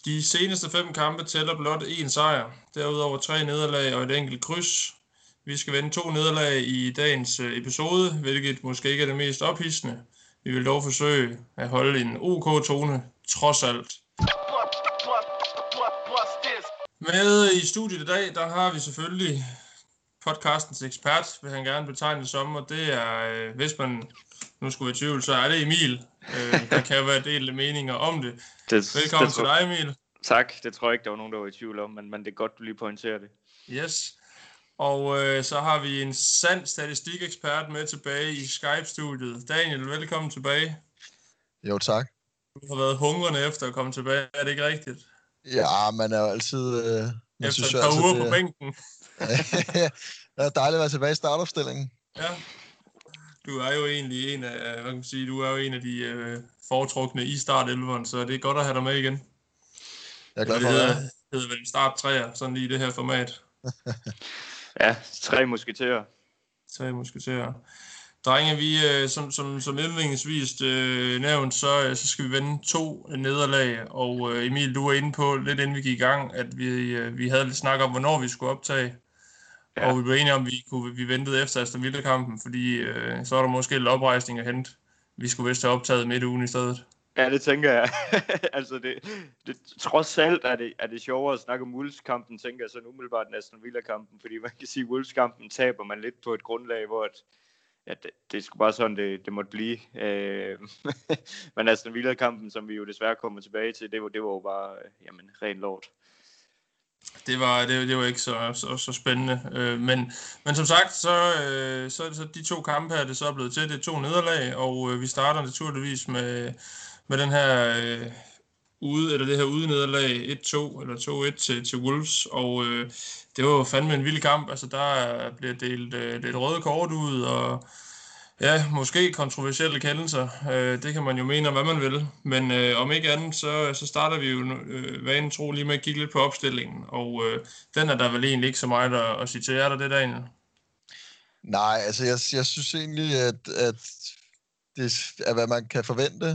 De seneste 5 kampe tæller blot 1 sejr, derudover 3 nederlag og et enkelt kryds. Vi skal vende 2 nederlag i dagens episode, hvilket måske ikke er det mest ophidsende. Vi vil dog forsøge at holde en OK-tone, trods alt. Med i studiet i dag, der har vi selvfølgelig podcastens ekspert, vil han gerne betegne som, og det er, hvis man nu skulle være i tvivl, så er det Emil. Der kan være delte meninger om det. Velkommen til dig, Emil. Tak, det tror jeg ikke, der var nogen, der var i tvivl om, men det er godt, du lige pointerer det. Yes. Og så har vi en sand statistikekspert med tilbage i Skype-studiet. Daniel, velkommen tilbage. Jo, tak. Du har været hungrende efter at komme tilbage, er det ikke rigtigt? Ja, man er jo altid... efter et par uger på bænken. Det er dejligt at være tilbage i startopstillingen. Ja. Du er jo egentlig en af, hvad kan man sige, du er jo en af de foretrukne i startelveren, så det er godt at have dig med igen. Jeg er glad for det. Det hedder vel start 3'er, sådan lige i det her format. Ja, 3 musketerer. 3 musketerer. Drenge, vi, som indledningsvis nævnt, så skal vi vende 2 nederlag, og Emil, du var inde på, lidt inden vi gik i gang, at vi havde lidt snak om, hvornår vi skulle optage. Ja. Og vi blev enige om, at vi ventede efter Aston Villa-kampen, fordi så var der måske lidt oprejsning at hente. Vi skulle vist have optaget midt ugen i stedet. Ja, det tænker jeg. Altså, det trods alt er det sjovere at snakke om Wolves-kampen, tænker jeg så umiddelbart end Aston Villa-kampen, fordi man kan sige, at Wolves-kampen taber man lidt på et grundlag, hvor det skulle bare sådan, det måtte blive. Men Aston Villa-kampen, som vi jo desværre kommer tilbage til, det var jo bare ren lort. Det var ikke så spændende, men som sagt, så de 2 kampe her, det så er blevet til, det er 2 nederlag, og vi starter naturligvis med den her det her udenederlag 1-2 eller 2-1 til Wolves, og det var jo fandme en vild kamp. Altså der bliver delt lidt røde kort ud, og ja, måske kontroversielle kendelser. Det kan man jo mene om, hvad man vil. Men om ikke andet, så starter vi jo vanen tro lige med at kigge lidt på opstillingen. Og den er der vel egentlig ikke så meget at sige til. Er der det, Daniel? Nej, altså jeg synes egentlig, at det er, hvad man kan forvente.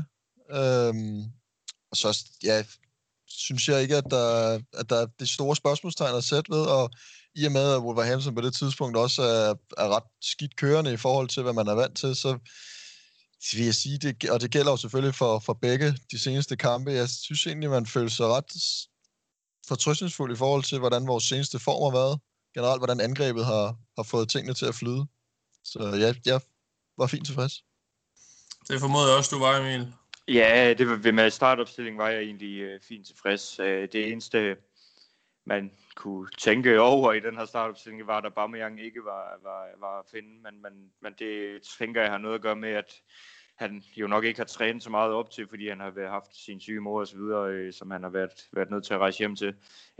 Og så synes jeg ikke, at der er det store spørgsmålstegn at sætte ved, og i og med, at Wolverhampton på det tidspunkt også er ret skidt kørende i forhold til, hvad man er vant til, så vil jeg sige, og det gælder jo selvfølgelig for begge de seneste kampe. Jeg synes egentlig, man føler sig ret fortrøstningsfuld i forhold til, hvordan vores seneste form har været. Generelt, hvordan angrebet har fået tingene til at flyde. Så jeg var fint tilfreds. Det formoder jeg også, du var, Emil. Ja, det var med startopstillingen var jeg egentlig fint tilfreds. Det eneste, man kunne tænke over i den her startopstilling, var, at Aubameyang ikke var at finde, men det tænker jeg har noget at gøre med, at han jo nok ikke har trænet så meget op til, fordi han har haft sin syge mor og så videre, som han har været nødt til at rejse hjem til.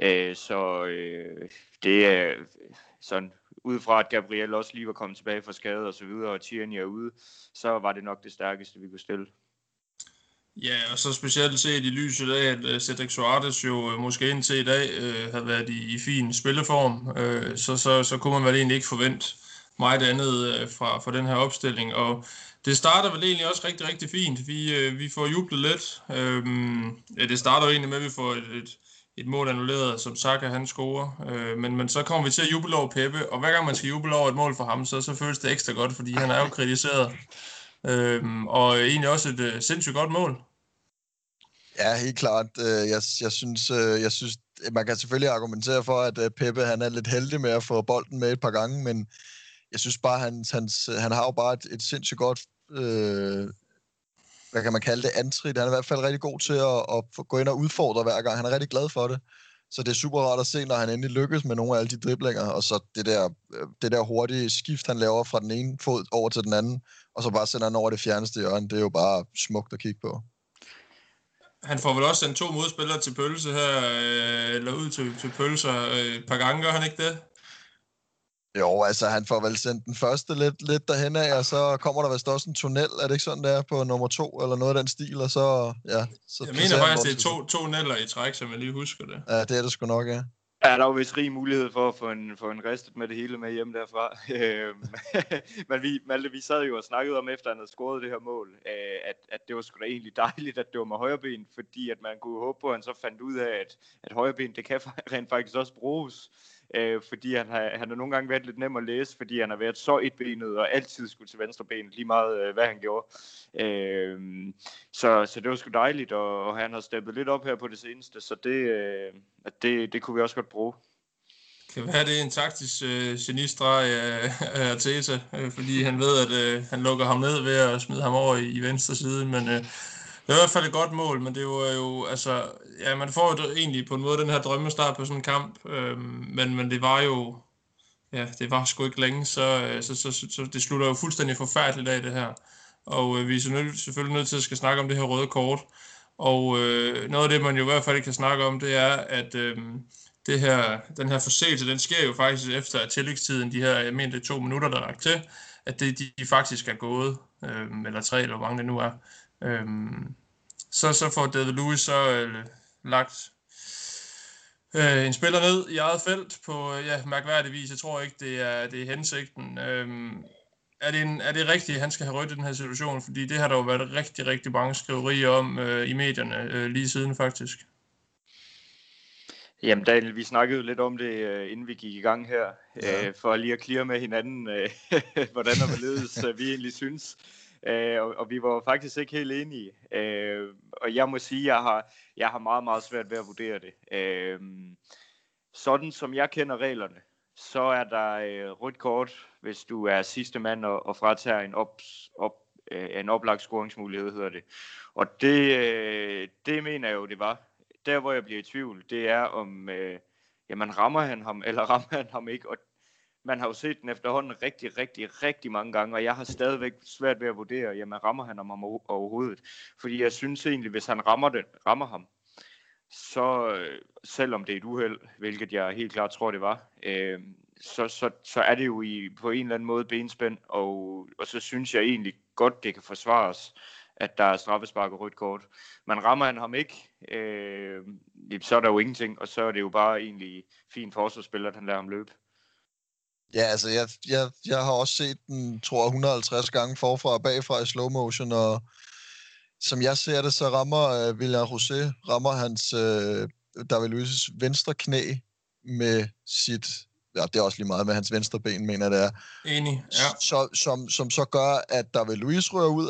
Det er sådan, udefra at Gabriel også lige var kommet tilbage fra skade og så videre, og Tierney er ude, så var det nok det stærkeste, vi kunne stille. Ja, og så specielt set i lyset af, at Cedric Soares jo måske indtil i dag havde været i fin spilleform, så kunne man vel egentlig ikke forvente meget andet fra den her opstilling. Og det starter vel egentlig også rigtig, rigtig fint. Vi får jublet lidt. Det starter jo egentlig med, at vi får et mål annulleret, som Saka han scorer. Men så kommer vi til at juble over Pepe, og hver gang man skal juble over et mål for ham, så føles det ekstra godt, fordi han er jo kritiseret. Og egentlig også et sindssygt godt mål. Ja, helt klart. Jeg synes, man kan selvfølgelig argumentere for, at Pepe han er lidt heldig med at få bolden med et par gange, men jeg synes bare, han har jo bare et sindssygt godt, hvad kan man kalde det, antrit. Han er i hvert fald rigtig god til at gå ind og udfordre hver gang. Han er rigtig glad for det. Så det er super rart at se, når han endelig lykkes med nogle af alle de driblinger, og så det der hurtige skift, han laver fra den ene fod over til den anden, og så bare sender han over det fjerneste hjørne. Det er jo bare smukt at kigge på. Han får vel også sendt 2 modspillere til pølse her, eller ud til pølser et par gange, gør han ikke det? Jo, altså han får vel sendt den første lidt derhen af, og så kommer der vist også en tunnel, er det ikke sådan der, på nummer 2, eller noget af den stil, og så, ja. Så jeg mener faktisk, det er to tunneller i træk, som jeg lige husker det. Ja, det er det sgu nok, ja. Ja, der var vist rig mulighed for at få en ristet med det hele med hjem derfra. Men Malte, vi sad jo og snakkede om, efter han havde scoret det her mål, at det var sgu da egentlig dejligt, at det var med højreben, fordi at man kunne håbe på, at han så fandt ud af, at højreben, det kan rent faktisk også bruges. Fordi han har nogle gange været lidt nem at læse, fordi han har været så etbenet og altid skulle til venstre ben, lige meget hvad han gjorde. Så det var sgu dejligt, og han har steppet lidt op her på det seneste, så det kunne vi også godt bruge. Kan være, det er en taktisk genistreg af Arteta, fordi han ved, at han lukker ham ned ved at smide ham over i venstre side, men det var i hvert fald et godt mål, men det var jo, altså, ja, man får jo egentlig på en måde den her drømmestart på sådan en kamp, men det var jo, ja, det var sgu ikke længe, så det slutter jo fuldstændig forfærdeligt af det her, og vi er selvfølgelig nødt til at skal snakke om det her røde kort, og noget af det, man jo i hvert fald ikke kan snakke om, det er, at den her forseelse, den sker jo faktisk efter at tillægstiden, de her, jeg mener det er 2 minutter, der er lagt til, at de faktisk er gået, eller 3, eller hvor mange det nu er. Så får David Luiz så lagt en spiller ned i eget felt på mærkværdig vis. Jeg tror ikke, det er hensigten. Er det rigtigt, at han skal have rødt i den her situation? Fordi det har der jo været rigtig, rigtig mange skriverier om i medierne lige siden faktisk. Jamen Daniel, vi snakkede jo lidt om det, inden vi gik i gang her, for lige at clear med hinanden, hvordan og hvorledes vi egentlig synes. Og vi var faktisk ikke helt enige. Og jeg må sige, at jeg har meget, meget svært ved at vurdere det. Sådan som jeg kender reglerne, så er der rødt kort, hvis du er sidste mand og fratager en oplagt scoringsmulighed, hedder det. Og det mener jeg jo, det var. Der, hvor jeg bliver i tvivl, det er om, rammer han ham, eller rammer han ham ikke. Og man har jo set den efterhånden rigtig, rigtig, rigtig mange gange, og jeg har stadigvæk svært ved at vurdere, rammer han ham overhovedet. Fordi jeg synes egentlig, hvis han rammer ham, så selvom det er et uheld, hvilket jeg helt klart tror, det var, så er det jo på en eller anden måde benspænd, og så synes jeg egentlig godt, det kan forsvares, at der er straffespark og rødt kort. Men rammer han ham ikke, så er der jo ingenting, og så er det jo bare egentlig fint forsvarsspiller, at han lader ham løbe. Ja, altså jeg har også set den, tror jeg, 150 gange forfra og bagfra i slow motion, og som jeg ser det, så rammer Willian José, hans David Luiz's venstre knæ med sit, ja, det er også lige meget med hans venstre ben, mener det er. Enig, ja. Som så gør, at David Luiz rører ud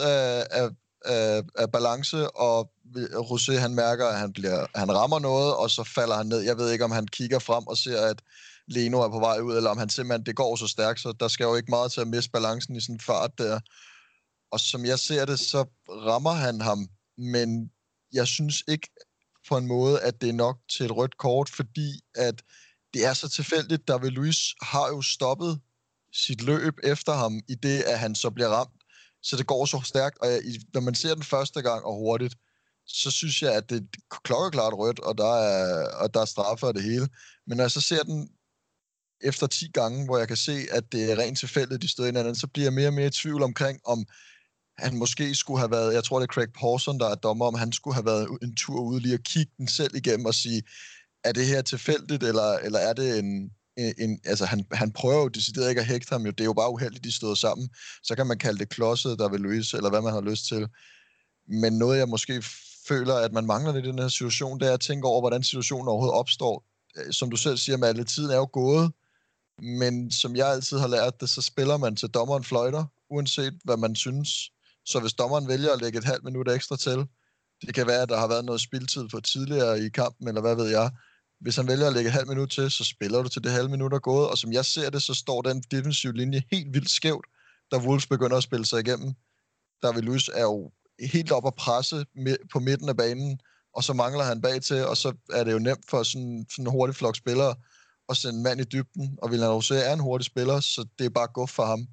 af balance, og José, han mærker, at han rammer noget, og så falder han ned. Jeg ved ikke, om han kigger frem og ser, at Leno er på vej ud, eller om han simpelthen, det går så stærkt, så der skal jo ikke meget til at miste balancen i sådan en fart der. Og som jeg ser det, så rammer han ham, men jeg synes ikke på en måde, at det er nok til et rødt kort, fordi at det er så tilfældigt. David Luiz har jo stoppet sit løb efter ham, i det, at han så bliver ramt. Så det går så stærkt, og når man ser den første gang og hurtigt, så synes jeg, at det er klokkeklart rødt, og der er straffe og det hele. Men når jeg så ser den efter 10 gange, hvor jeg kan se, at det er rent tilfældigt, de støder hinanden, så bliver jeg mere og mere i tvivl omkring, om han måske skulle have været, jeg tror det er Craig Pawson, der er dommer, om han skulle have været en tur ude lige at kigge den selv igennem og sige, er det her tilfældigt, eller er det altså han prøver jo decideret ikke at hægte ham, jo. Det er jo bare uheldigt, de stod sammen. Så kan man kalde det klodset, David Luiz, eller hvad man har lyst til. Men noget, jeg måske føler, at man mangler lidt i den her situation, det er at tænke over, hvordan situationen overhovedet opstår. Som du selv siger, Malte, tiden er jo gået, men som jeg altid har lært det, så spiller man til dommeren fløjter, uanset hvad man synes. Så hvis dommeren vælger at lægge et halvt minut ekstra til, det kan være, at der har været noget spildtid for tidligere i kampen, eller hvad ved jeg. Hvis han vælger at lægge et halvt minut til, så spiller du til det halve minut er gået, og som jeg ser det, så står den defensive linje helt vildt skævt, da Wolves begynder at spille sig igennem. David Luiz er jo helt op at presse på midten af banen, og så mangler han bag til, og så er det jo nemt for sådan en hurtig flok spillere at sende mand i dybden, og Willian José er en hurtig spiller, så det er bare guf for ham.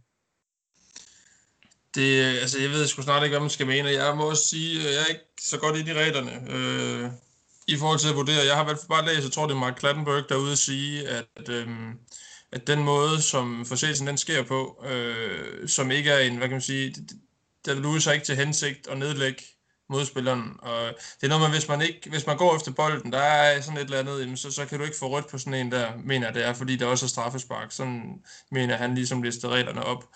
Altså, jeg ved sgu snart ikke, hvad man skal mene. Jeg må også sige, jeg er ikke så godt inde i reglerne i forhold til at vurdere. Jeg har i hvert fald bare læst, jeg tror, det er Mark Clattenburg, der er ude at sige, at den måde, som forseelsen den sker på, som ikke er en, hvad kan man sige, David Luiz har ikke til hensigt at nedlægge modspilleren. Og det er noget med, hvis man går efter bolden, der er sådan et eller andet, så kan du ikke få rødt på sådan en der, mener det er, fordi der også er straffespark. Sådan mener han ligesom lister reglerne op.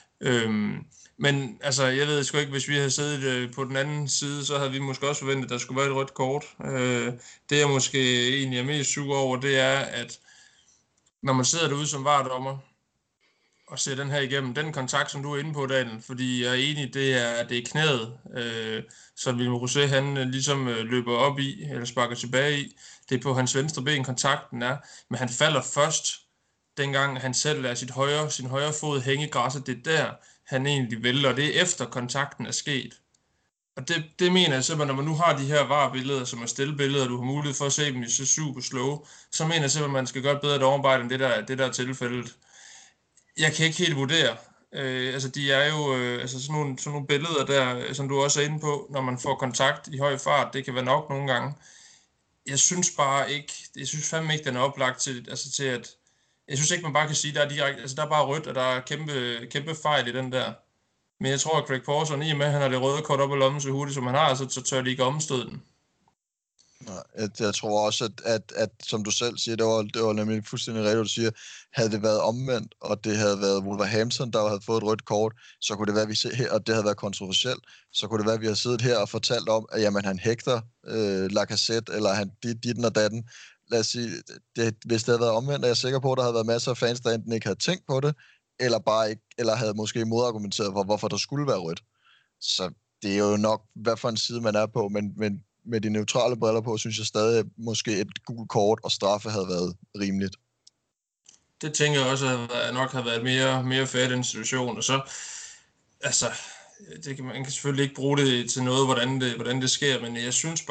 Men altså, jeg ved sgu ikke, hvis vi havde siddet på den anden side, så havde vi måske også forventet, at der skulle være et rødt kort. Det jeg måske egentlig er mest sur over, det er, at når man sidder derude som VAR-dommer, og ser den her igennem, den kontakt, som du er inde på, Daniel, fordi jeg er enig, det er knæet, som Willem Rosé, han ligesom løber op i, eller sparker tilbage i. Det er på hans venstre ben, kontakten er, men han falder først, dengang han selv lader sin højre fod hænge i græsset. Det er der, han egentlig vælter, og det er efter kontakten er sket. Og det mener jeg simpelthen, når man nu har de her VAR-billeder, som er stillbilleder, og du har mulighed for at se dem i så super slow, så mener jeg simpelthen, at man skal gøre et bedre overarbejde end det der er tilfældet. Jeg kan ikke helt vurdere. Altså, de er jo sådan nogle billeder der, som du også er inde på, når man får kontakt i høj fart. Det kan være nok nogle gange. Jeg synes fandme ikke, den er oplagt til at... Jeg synes ikke, man bare kan sige, der er direkte... Altså, der er bare rødt, og der er kæmpe fejl i den der. Men jeg tror, at Craig Pawson, i og med, at han har det røde kort op i lommen så hurtigt, som han har, så tør de ikke omstøde den. Nej, jeg tror også, at som du selv siger, det var nemlig fuldstændig rigtigt, du siger, havde det været omvendt, og det havde været Wolverhampton, der havde fået et rødt kort, så kunne det være, at vi ser her, og det havde været kontroversielt, så kunne det være, at vi har siddet her og fortalt om, at jamen, han hægter Lacazette, eller han ditten og datten. Lad os sige, hvis det havde været omvendt, er jeg sikker på, at der havde været masser af fans, der enten ikke havde tænkt på det, eller bare ikke, eller havde måske modargumenteret for, hvorfor der skulle være rødt. Så det er jo nok, hvad for en side man er på, men med de neutrale briller på, synes jeg stadig, at måske et gult kort og straffe havde været rimeligt. Det tænker jeg også, at nok har været mere fair den situation, og så, altså, man kan selvfølgelig ikke bruge det til noget, hvordan det sker, men jeg synes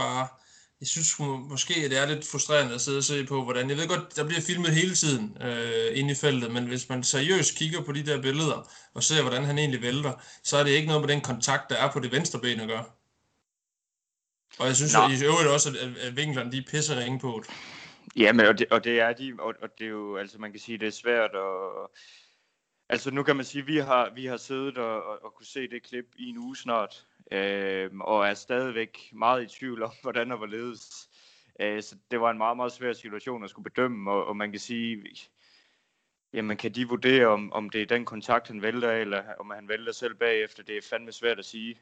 måske, at det er lidt frustrerende at sidde og se på, hvordan, jeg ved godt, der bliver filmet hele tiden inde i feltet, men hvis man seriøst kigger på de der billeder, og ser, hvordan han egentlig vælter, så er det ikke noget med den kontakt, der er på det venstre ben at gøre. Og jeg synes i øvrigt også, at vinklerne, de er pisser ringe på det. Ja, men og det er de, og det er jo, altså man kan sige, det er svært, og altså nu kan man sige, vi har siddet og kunne se det klip i en uge snart, og er stadigvæk meget i tvivl om, hvordan og hvorledes. Så det var en meget, meget svær situation at skulle bedømme, og man kan sige, jamen kan de vurdere, om det er den kontakt, han vælter, eller om han vælter selv bagefter, det er fandme svært at sige.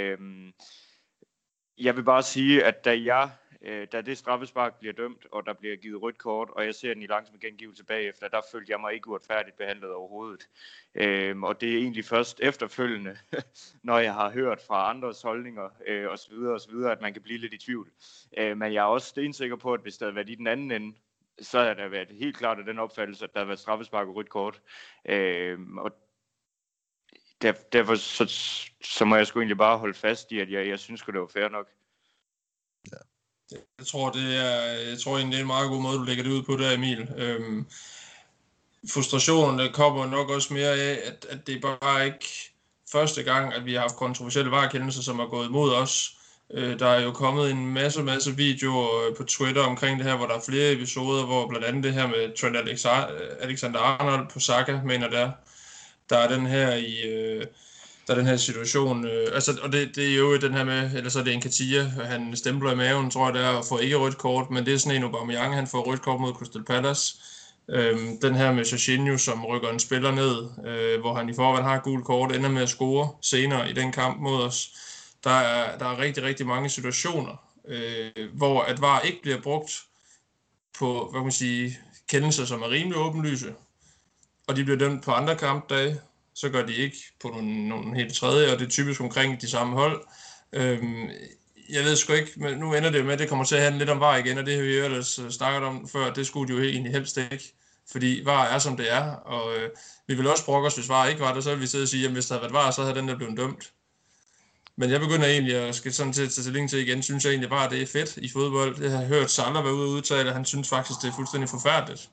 Jeg vil bare sige, at da det straffespark bliver dømt, og der bliver givet rødt kort, og jeg ser den i langsom gengivelse bagefter, der følte jeg mig ikke uretfærdigt behandlet overhovedet. Og det er egentlig først efterfølgende, når jeg har hørt fra andres holdninger osv., at man kan blive lidt i tvivl. Men jeg er også stensikker på, at hvis der havde været i den anden ende, så havde der været helt klart af den opfattelse, at der havde været straffespark og rødt kort. Og derfor så må jeg sgu egentlig bare holde fast i, at jeg synes det var fair nok. Ja. Jeg tror egentlig, det er en meget god måde, du lægger det ud på der, Emil. Frustrationen kommer nok også mere af, at det er bare ikke første gang, at vi har haft kontroversielle varekendelser, som er gået imod os. Der er jo kommet en masse videoer på Twitter omkring det her, hvor der er flere episoder, hvor blandt andet det her med Trent Alexander-Arnold på Saka, mener der er den her der er den her situation, og det er jo den her med, eller så er det Nketiah, han stempler i maven, tror jeg det er, og får ikke rødt kort, men det er sådan en Aubameyang, han får rødt kort mod Crystal Palace. Den her med Jorginho, som rykker en spiller ned, hvor han i forvejen har gult kort, ender med at score senere i den kamp mod os. Der er rigtig, rigtig mange situationer, hvor at VAR ikke bliver brugt på, hvad kan man sige, kendelser, som er rimelig åbenlyse, og de bliver dømt på andre kampdage, så gør de ikke på nogle helt tredje, og det er typisk omkring de samme hold. Jeg ved sgu ikke, men nu ender det jo med, at det kommer til at handle lidt om VAR igen, og det har vi jo ellers snakket om før, det skulle de jo egentlig helst ikke, fordi VAR er som det er, og vi vil også brokke os, hvis VAR ikke var der, så vil vi sidde og sige, at hvis der havde været VAR, så havde den der blevet dømt. Men jeg begynder egentlig at skal sådan til stilling til igen, synes jeg egentlig bare, at det er fedt i fodbold. Jeg har hørt Salah være ude og udtale, at han synes faktisk, det er fuldstændig forfærdeligt.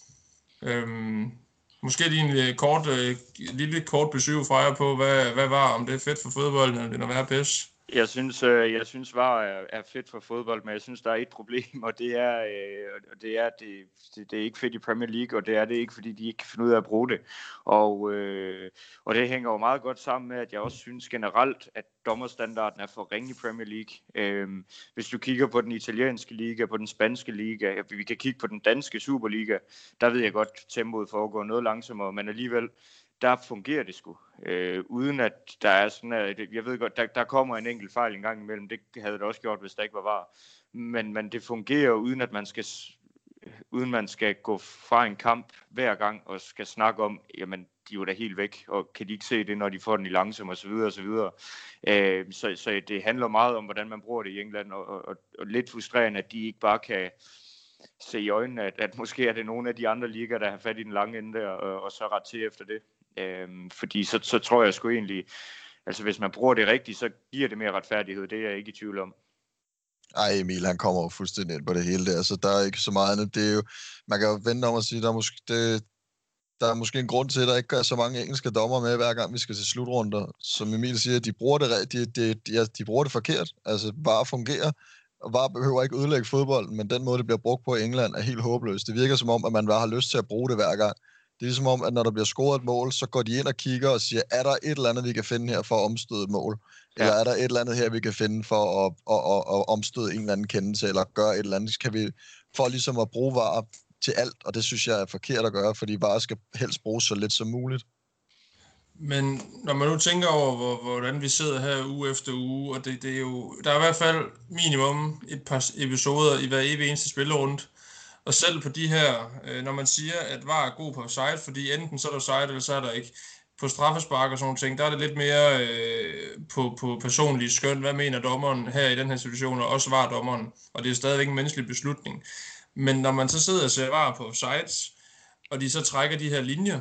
Måske lige en lille kort besøg fra jer på, hvad var, om det er fedt for fodbolden, eller det er noget værd pis? Jeg synes VAR er fedt for fodbold, men jeg synes, der er et problem, og det er, det er ikke fedt i Premier League, og det er det ikke, fordi de ikke kan finde ud af at bruge det. Og det hænger jo meget godt sammen med, at jeg også synes generelt, at dommerstandarden er for ringe i Premier League. Hvis du kigger på den italienske liga, på den spanske liga, vi kan kigge på den danske Superliga, der ved jeg godt, tempoet foregår noget langsommere, men alligevel, der fungerer det sgu. Uden at der er sådan, at jeg ved godt, der kommer en enkelt fejl en gang imellem. Det havde det også gjort, hvis der ikke var VAR. Men det fungerer uden man skal gå fra en kamp hver gang og skal snakke om, jamen de er jo da helt væk, og kan de ikke se det, når de får den i langsom, og så videre, og så videre. Så det handler meget om, hvordan man bruger det i England, og lidt frustrerende, at de ikke bare kan se i øjnene, at måske er det nogle af de andre ligaer, der har fat i den lange ende der, og så ret til efter det. Fordi så tror jeg sgu egentlig, altså hvis man bruger det rigtigt, så giver det mere retfærdighed, det er jeg ikke i tvivl om. Ej, Emil, han kommer jo fuldstændig ind på det hele der, så der er ikke så meget andet. Det er jo, man kan jo vente om at sige, der er måske en grund til, at der ikke er så mange engelske dommer med, hver gang vi skal til slutrunder. Som Emil siger, de bruger de bruger det forkert. Altså, VAR fungerer, og VAR behøver ikke ødelægge fodbolden, men den måde, det bliver brugt på i England, er helt håbløst. Det virker som om, at man bare har lyst til at bruge det hver gang. Det er ligesom om, at når der bliver scoret et mål, så går de ind og kigger og siger, er der et eller andet, vi kan finde her for at omstøde et mål? Ja. Eller er der et eller andet her, vi kan finde for at omstøde en eller anden kendelse, eller gøre et eller andet? Kan vi for ligesom at bruge VAR til alt, og det synes jeg er forkert at gøre, fordi VAR skal helst bruges så lidt som muligt. Men når man nu tænker over, hvordan vi sidder her uge efter uge, og det er jo, der er i hvert fald minimum et par episoder i hver evig eneste spillerunde. Og selv på de her, når man siger, at VAR er god på offside, fordi enten så er der offside, eller så er der ikke. På straffespark og sådan nogle ting, der er det lidt mere på personlige skøn. Hvad mener dommeren her i den her situation, og også VAR-dommeren? Og det er stadigvæk en menneskelig beslutning. Men når man så sidder og ser VAR på offsides, og de så trækker de her linjer,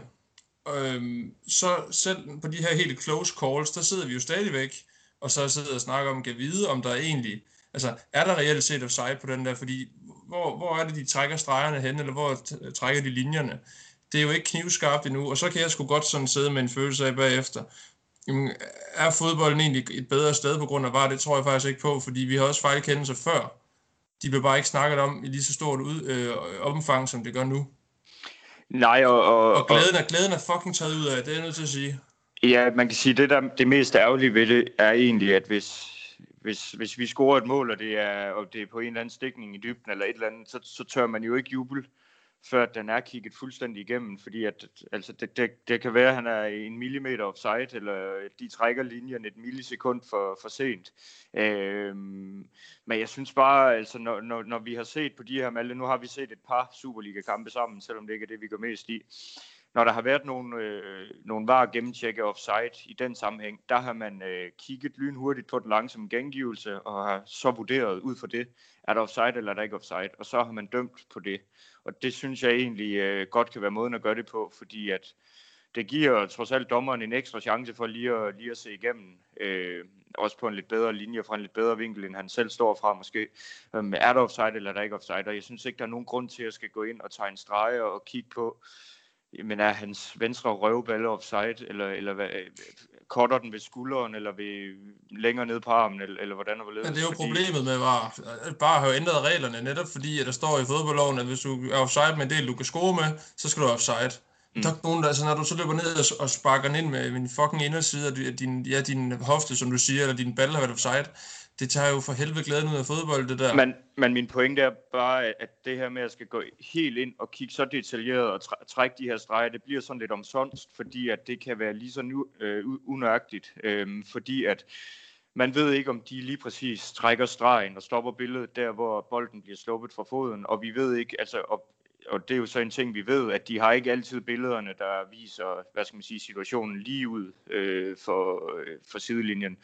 så selv på de her helt close calls, der sidder vi jo stadigvæk, og så sidder og snakker om, kan vide, om der egentlig, altså er der reelt set offside på den der, fordi hvor er det, de trækker stregerne hen, eller hvor trækker de linjerne? Det er jo ikke knivskarpt endnu, og så kan jeg sgu godt sådan sidde med en følelse af bagefter. Jamen, er fodbolden egentlig et bedre sted på grund af VAR? Det tror jeg faktisk ikke på, fordi vi har også fejlkendelser før. De blev bare ikke snakket om i lige så stort omfang, som det gør nu. Nej, og glæden er fucking taget ud af, det er jeg nødt til at sige. Ja, man kan sige, det mest ærgerlige ved det er egentlig, at hvis vi scorer et mål, og det er på en eller anden stikning i dybden eller et eller andet, så tør man jo ikke juble, før den er kigget fuldstændig igennem, fordi at, altså det kan være, at han er en millimeter offside, eller de trækker linjen et millisekund for sent. Men jeg synes bare, altså når vi har set på de her Malte, nu har vi set et par Superliga-kampe sammen, selvom det ikke er det, vi går mest i. Når der har været nogle VAR gennemtjekke offside i den sammenhæng, der har man kigget lynhurtigt på den langsomme gengivelse, og har så vurderet ud fra det, er der offside eller er der ikke offside, og så har man dømt på det. Og det synes jeg egentlig godt kan være måden at gøre det på, fordi at det giver trods alt dommeren en ekstra chance for lige at se igennem, også på en lidt bedre linje, fra en lidt bedre vinkel, end han selv står fra måske. Er der offside eller er der ikke offside, og jeg synes ikke, der er nogen grund til at skal gå ind og tegne streger og kigge på, men er hans venstre røvballe offside, eller hvad, cutter den ved skulderen, eller længere ned på armen, eller hvordan og hvorledes? Men det er jo problemet med VAR. VAR har jo ændret reglerne, netop fordi, at der står i fodboldloven, at hvis du er offside med en del, du kan score med, så skal du offside. Der er nogen, der, altså, når du så løber ned og sparker den ind med min fucking inderside af din hofte, som du siger, eller din balle har været offside, det tager jo for helvede glæden ud af fodbold, det der. Men min pointe er bare, at det her med at skal gå helt ind og kigge så detaljeret og trække de her streger, det bliver sådan lidt omsonst, fordi at det kan være lige så unøjagtigt, fordi at man ved ikke, om de lige præcis trækker stregen og stopper billedet der, hvor bolden bliver sluppet fra foden, og vi ved ikke, altså, og det er jo så en ting, vi ved, at de har ikke altid billederne, der viser, hvad skal man sige, situationen lige ud for sidelinjen.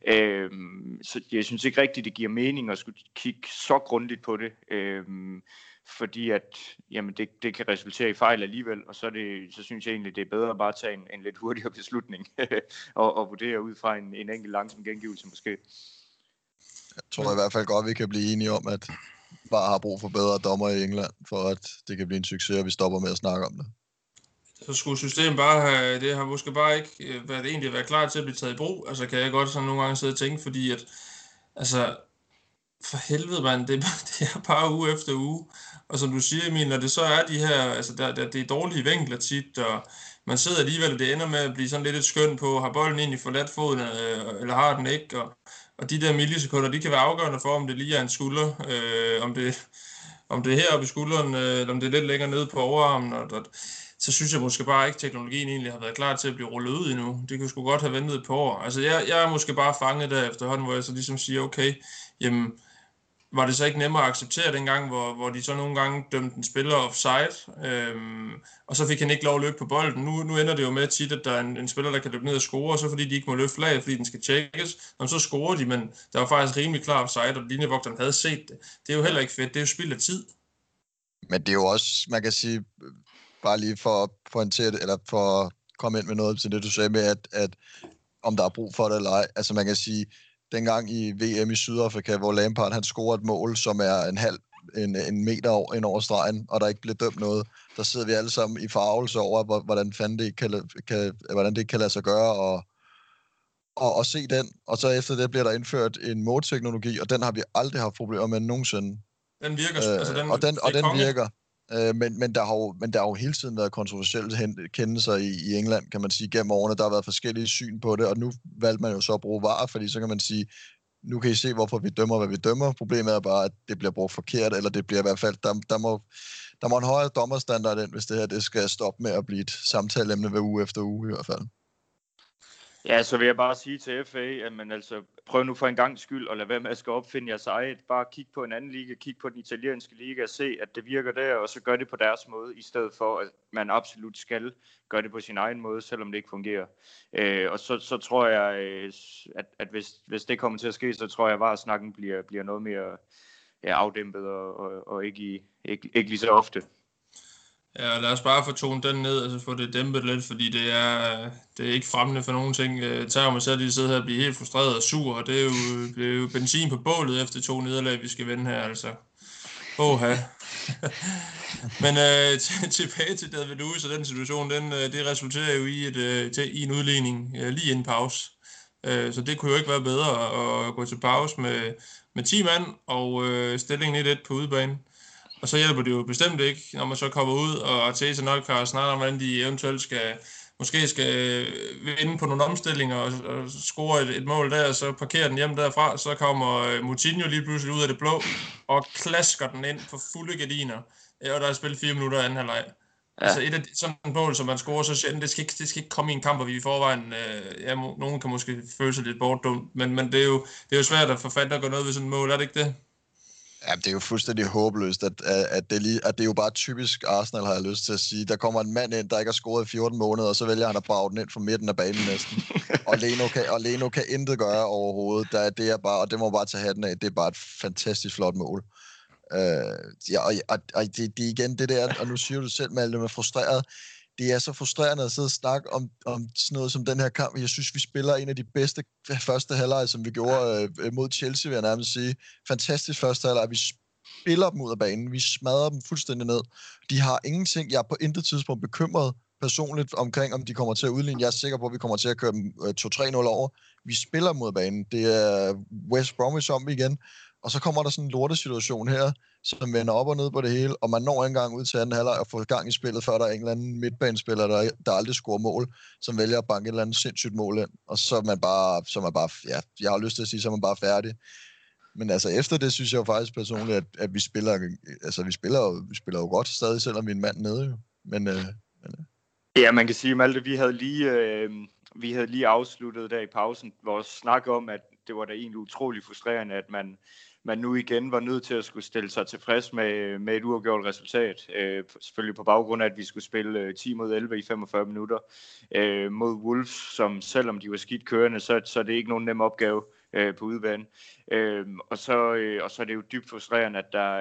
Så jeg synes ikke rigtigt, det giver mening at skulle kigge så grundigt på det, fordi at jamen det kan resultere i fejl alligevel, og så synes jeg egentlig, det er bedre at bare tage en lidt hurtigere beslutning og vurdere ud fra en enkelt langsom gengivelse måske. Jeg tror i hvert fald godt, vi kan blive enige om, at VAR har brug for bedre dommer i England, for at det kan blive en succes, og vi stopper med at snakke om det. Så skulle systemet bare have, det har måske bare ikke været klar til at blive taget i brug. Altså kan jeg godt sådan nogle gange sidde og tænke, fordi at, altså, for helvede mand, det er bare uge efter uge. Og som du siger, Emil, når det så er de her, altså det er dårlige vinkler tit, og man sidder alligevel, og det ender med at blive sådan lidt et skøn på, har bolden egentlig forladt foden, eller har den ikke, og de der millisekunder, de kan være afgørende for, om det lige er en skulder, om det er heroppe i skulderen, eller om det er lidt længere nede på overarmen, så synes jeg måske bare ikke, at teknologien egentlig har været klar til at blive rullet ud endnu. Det kunne sgu godt have ventet et par år. Altså jeg er måske bare fanget der efterhånden, hvor jeg så ligesom siger, okay, jamen, var det så ikke nemmere at acceptere dengang, hvor de så nogle gange dømte en spiller offside, og så fik han ikke lov at løbe på bolden. Nu ender det jo med tit, at der er en spiller, der kan løbe ned og score, og så fordi de ikke må løbe flaget, fordi den skal tjekkes, så scorer de, men der var faktisk rimelig klar offside, og linjevogteren havde set det. Det er jo heller ikke fedt, det er jo spild af tid. Men det er jo også, man kan sige, bare lige for at pointere det, eller for at komme ind med noget til det, du sagde med, at om der er brug for det eller ej. Altså man kan sige, dengang i VM i Sydafrika, hvor Lampard han scorer et mål, som er en meter ind over stregen, og der ikke bliver dømt noget, der sidder vi alle sammen i forarvelse over, hvordan fanden hvordan det ikke kan lade sig gøre, og se den. Og så efter det bliver der indført en målteknologi, og den har vi aldrig haft problemer med nogensinde. Den virker, og den virker. Men der har jo hele tiden været kontroversielle kendelser i England, kan man sige, gennem årene. Der har været forskellige syn på det, og nu valgte man jo så at bruge VAR, fordi så kan man sige, nu kan I se, hvorfor vi dømmer, hvad vi dømmer. Problemet er bare, at det bliver brugt forkert, eller det bliver i hvert fald, der må en højere dommerstandard ind, hvis det her det skal stoppe med at blive et samtaleemne hver uge efter uge i hvert fald. Ja, så vil jeg bare sige til FA, at man altså prøv nu for en gang skyld at lade være med at skal opfinde jeres eget. Bare kig på en anden liga, kig på den italienske liga og se, at det virker der, og så gør det på deres måde, i stedet for, at man absolut skal gøre det på sin egen måde, selvom det ikke fungerer. Og så tror jeg, at hvis det kommer til at ske, så tror jeg bare, at snakken bliver noget mere afdæmpet og ikke lige så ofte. Ja, lad os bare få tonet den ned, altså få det dæmpet lidt, fordi det er ikke fremmende for nogen ting. Tager mig selv lige sidde her og blive helt frustreret og sur, og det er jo benzin på bålet efter 2 nederlag, vi skal vinde her, altså. Åha. Men tilbage til David Luiz og den situation, det resulterer jo i en udligning lige inden pause. Så det kunne jo ikke være bedre at gå til pause med 10 mand og stillingen 1-1 på udebane. Og så hjælper det jo bestemt ikke, når man så kommer ud, og Arteta nok har snakket om, hvordan de eventuelt skal vinde på nogle omstillinger og score et mål der, og så parkerer den hjem derfra, så kommer Moutinho lige pludselig ud af det blå, og klasker den ind på fulde gardiner, og der er spillet 4 minutter anden halvleg. Ja. Altså sådan et mål, som man scorer så sjældent, det skal ikke komme i en kamp, hvor vi i forvejen, nogen kan måske føle sig lidt bortdumt, men det er jo svært at få fat at gå noget ved sådan et mål, er det ikke det? Ja, det er jo fuldstændig håbløst, at det er jo bare typisk Arsenal, har jeg lyst til at sige. Der kommer en mand ind, der ikke har scoret i 14 måneder, og så vælger han at brage den ind fra midten af banen næsten. og Leno kan intet gøre overhovedet. Det er bare, og det må bare tage hatten af. Det er bare et fantastisk flot mål. Og det er igen det der, og nu siger du selv, Malte, man er frustreret. Det er så frustrerende at sidde og snakke om sådan noget som den her kamp. Jeg synes, vi spiller en af de bedste første halvleg, som vi gjorde mod Chelsea, vil jeg nærmest sige. Fantastisk første halvleg. Vi spiller dem ud af banen. Vi smadrer dem fuldstændig ned. De har ingenting. Jeg er på intet tidspunkt bekymret personligt omkring, om de kommer til at udligne. Jeg er sikker på, at vi kommer til at køre dem 2-3-0 over. Vi spiller dem ud af banen. Det er West Bromwich om igen. Og så kommer der sådan en lortesituation her, som vender op og ned på det hele, og man når engang ud til anden halvleg og får gang i spillet, før der er en eller anden midtbanespiller, der aldrig scorer mål, som vælger at banke et eller andet sindssygt mål ind, og så er man bare, ja, jeg har lyst til at sige, så er man bare færdig. Men altså efter det, synes jeg jo faktisk personligt, at vi spiller jo godt stadig, selvom vi er en mand nede jo. Men Ja, man kan sige, Malte, vi havde lige afsluttet der i pausen vores snak om, at det var da egentlig utrolig frustrerende, at man nu igen var nødt til at skulle stille sig tilfreds med et uafgjort resultat. Selvfølgelig på baggrund af, at vi skulle spille 10 mod 11 i 45 minutter mod Wolves, som selvom de var skidt kørende, så er det ikke nogen nem opgave på udebane. Og så er det jo dybt frustrerende,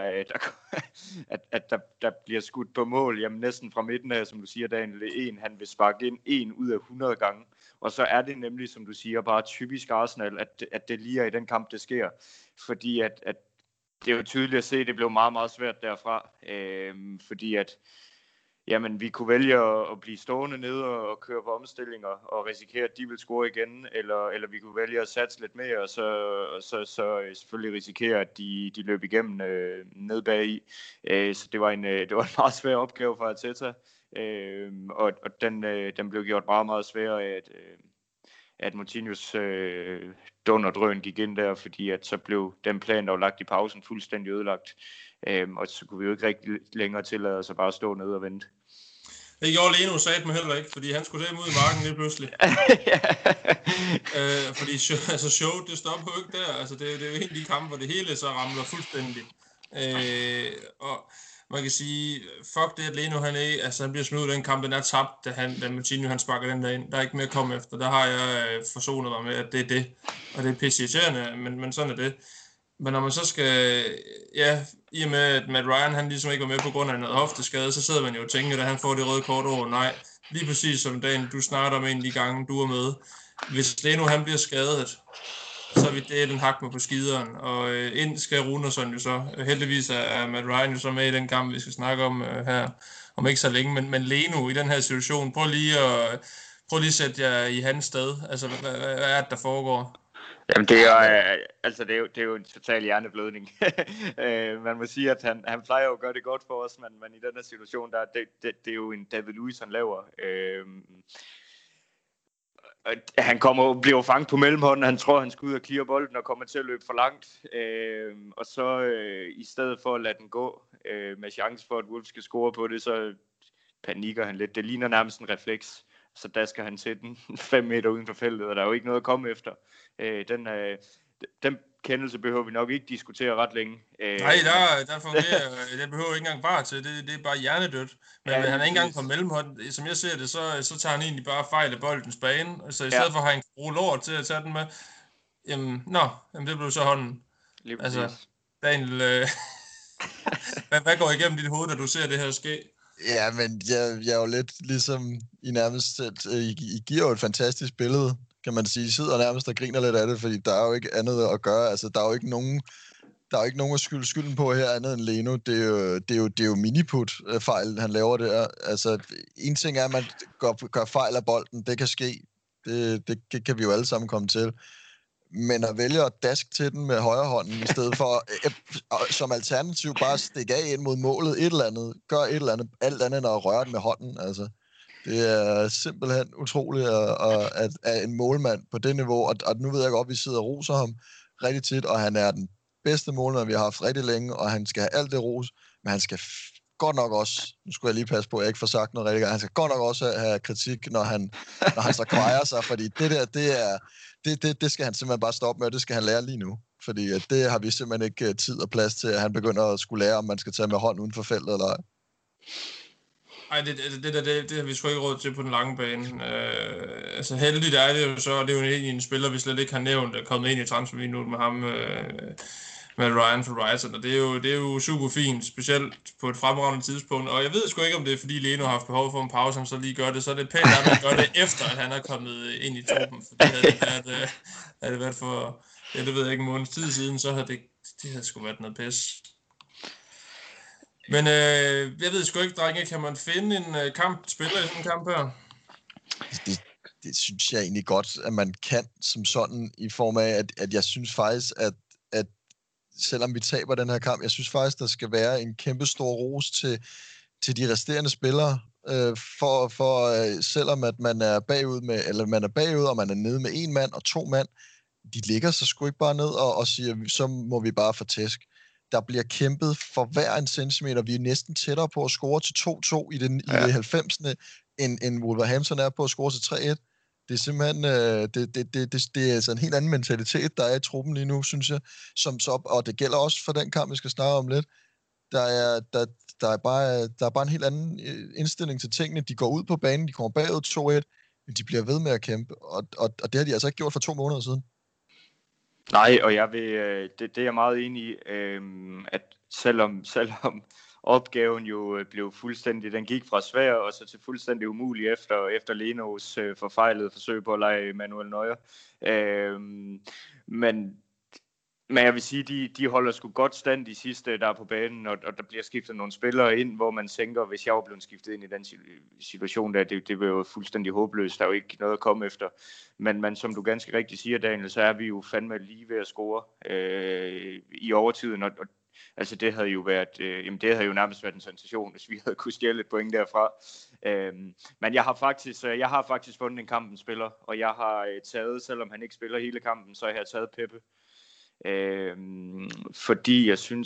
at der bliver skudt på mål, jamen næsten fra midten af, som du siger, Daniel, han vil sparke ind 1 ud af 100 gange. Og så er det nemlig, som du siger, bare typisk Arsenal, at det lige er i den kamp, det sker. Fordi at det er jo tydeligt at se, at det blev meget, meget svært derfra. Fordi at jamen vi kunne vælge at blive stående nede og køre på omstillinger og risikere, at de vil score igen, eller vi kunne vælge at satse lidt mere, og så selvfølgelig risikere, at de løb igennem ned bagi. Så det var en meget svær opgave for Arteta, og den blev gjort meget, meget sværere af, at Moutinhos dunderdrøn gik ind der, fordi at så blev den plan, der var lagt i pausen, fuldstændig ødelagt. Og så kunne vi jo ikke rigtig længere tillade os at bare stå nede og vente. Det gjorde Leno satme heller ikke, fordi han skulle ud i marken lige pludselig. Fordi showet, det stopper jo ikke der. Altså, det er jo en af de kampe, hvor det hele så ramler fuldstændig. Og man kan sige, fuck det, at Leno han bliver smidt ud af den kamp, den er tabt, da Moutinho han sparker den der ind. Der er ikke mere at komme efter. Der har jeg forsonet mig med, at det er det. Og det er pisseirriterende, men sådan er det. Men når man så skal, i og med at Matt Ryan han ligesom ikke var med på grund af noget hofteskade, så sidder man jo og tænker, at han får det røde kort over. Nej, lige præcis som dagen, du snakker om en af de gange, du er med. Hvis Leno han bliver skadet, så er vi delen hak med på skideren, og ind skal Runarsson jo så. Heldigvis er Matt Ryan jo så med i den kamp, vi skal snakke om her, om ikke så længe. Men Leno i den her situation, prøv lige at sætte jer i hans sted. Altså, hvad er det, der foregår? Jamen det er jo en total hjerneblødning. Man må sige, at han plejer jo at gøre det godt for os, men i den her situation, det er jo en David Luiz, han laver. Han bliver fanget på mellemhånden, han tror, han skal ud og clear bolden og kommer til at løbe for langt. Og så i stedet for at lade den gå med chance for, at Wolves skal score på det, så panikker han lidt. Det ligner nærmest en refleks. Så dasker han til den 5 meter uden for feltet, og der er jo ikke noget at komme efter. Den kendelse behøver vi nok ikke diskutere ret længe. Nej, der fungerer, det behøver ikke engang bare til, det er bare hjernedødt. Men han er ikke engang på mellemhånd. Som jeg ser det, så tager han egentlig bare fejl af boldens bane. Så i stedet for at have en bruge lort til at tage den med, jamen det blev så hånden. Altså, Daniel, hvad går igennem dit hoved, da du ser det her ske? Ja, men jeg er jo lidt ligesom I nærmest, I giver jo et fantastisk billede, kan man sige. I sidder nærmest og griner lidt af det, fordi der er jo ikke andet at gøre. Altså, der er jo ikke nogen at skylde skylden på her andet end Leno. Det er jo miniput-fejl, han laver der. Altså, en ting er, at man gør fejl af bolden. Det kan ske. Det kan vi jo alle sammen komme til. Men at vælge at daske til den med højre hånden, i stedet for som alternativ bare stikke af ind mod målet, et eller andet, gør et eller andet, alt andet end at røre den med hånden. Altså, det er simpelthen utroligt, at en målmand på det niveau, og nu ved jeg godt, at vi sidder og roser ham rigtig tit, og han er den bedste målmand, vi har haft rigtig længe, og han skal have alt det ros, men han skal godt nok også, nu skulle jeg lige passe på, at jeg ikke får sagt noget rigtig, han skal godt nok også have kritik, når han så kvejer sig, fordi det der, det skal han simpelthen bare stoppe med, og det skal han lære lige nu. Fordi det har vi simpelthen ikke tid og plads til, at han begynder at skulle lære, om man skal tage med hånd uden for feltet eller ej. Ej, det har vi sgu ikke råd til på den lange bane. Altså heldigt er det jo så, og det er jo en spiller, vi slet ikke har nævnt, der er kommet ind i transfervinduet med ham, med Ryan for Brighton, og det er jo super fint, specielt på et fremragende tidspunkt, og jeg ved sgu ikke, om det er fordi Leno har haft behov for en pause, han så lige gør det, så er det pænt, at man gør det efter, at han er kommet ind i truppen, for det havde været for, det ved jeg ikke, en måneds tid siden, så havde det havde sgu været noget pis. Men jeg ved sgu ikke, drenge, kan man finde en spiller i sådan en kamp her? Det synes jeg egentlig godt, at man kan som sådan, i form af, at jeg synes faktisk, at selvom vi taber den her kamp, jeg synes faktisk, der skal være en kæmpe stor ros til de resterende spillere, selvom at man er bagud, og man er nede med 1 mand og 2 mand, de ligger så sgu ikke bare ned og siger, så må vi bare få tæsk. Der bliver kæmpet for hver en centimeter. Vi er næsten tættere på at score til 2-2 i det 90. end Wolverhampton er på at score til 3-1. Det er simpelthen det er altså en helt anden mentalitet, der er i truppen lige nu, synes jeg. Og det gælder også for den kamp, vi skal snakke om lidt. Der er bare en helt anden indstilling til tingene. De går ud på banen, de kommer bagud 2-1, men de bliver ved med at kæmpe. Og det har de altså ikke gjort for 2 måneder siden. Nej, og det er jeg meget enig i, at selvom opgaven jo blev fuldstændig, den gik fra svær og så til fuldstændig umulig efter Lenos forfejlede forsøg på at lege Manuel Neuer. Men Men jeg vil sige, de holder sgu godt stand de sidste, der er på banen, og der bliver skiftet nogle spillere ind, hvor man tænker, hvis jeg var blevet skiftet ind i den situation der, det vil jo fuldstændig håbløst. Der er jo ikke noget at komme efter. Men som du ganske rigtigt siger, Daniel, så er vi jo fandme lige ved at score i overtiden, og altså det havde jo været, det havde jo nærmest været en sensation, hvis vi havde kunne stjæle et point derfra. Men jeg har faktisk fundet en kampens spiller, og jeg har taget, selvom han ikke spiller hele kampen, så har jeg taget Pepe. Fordi jeg synes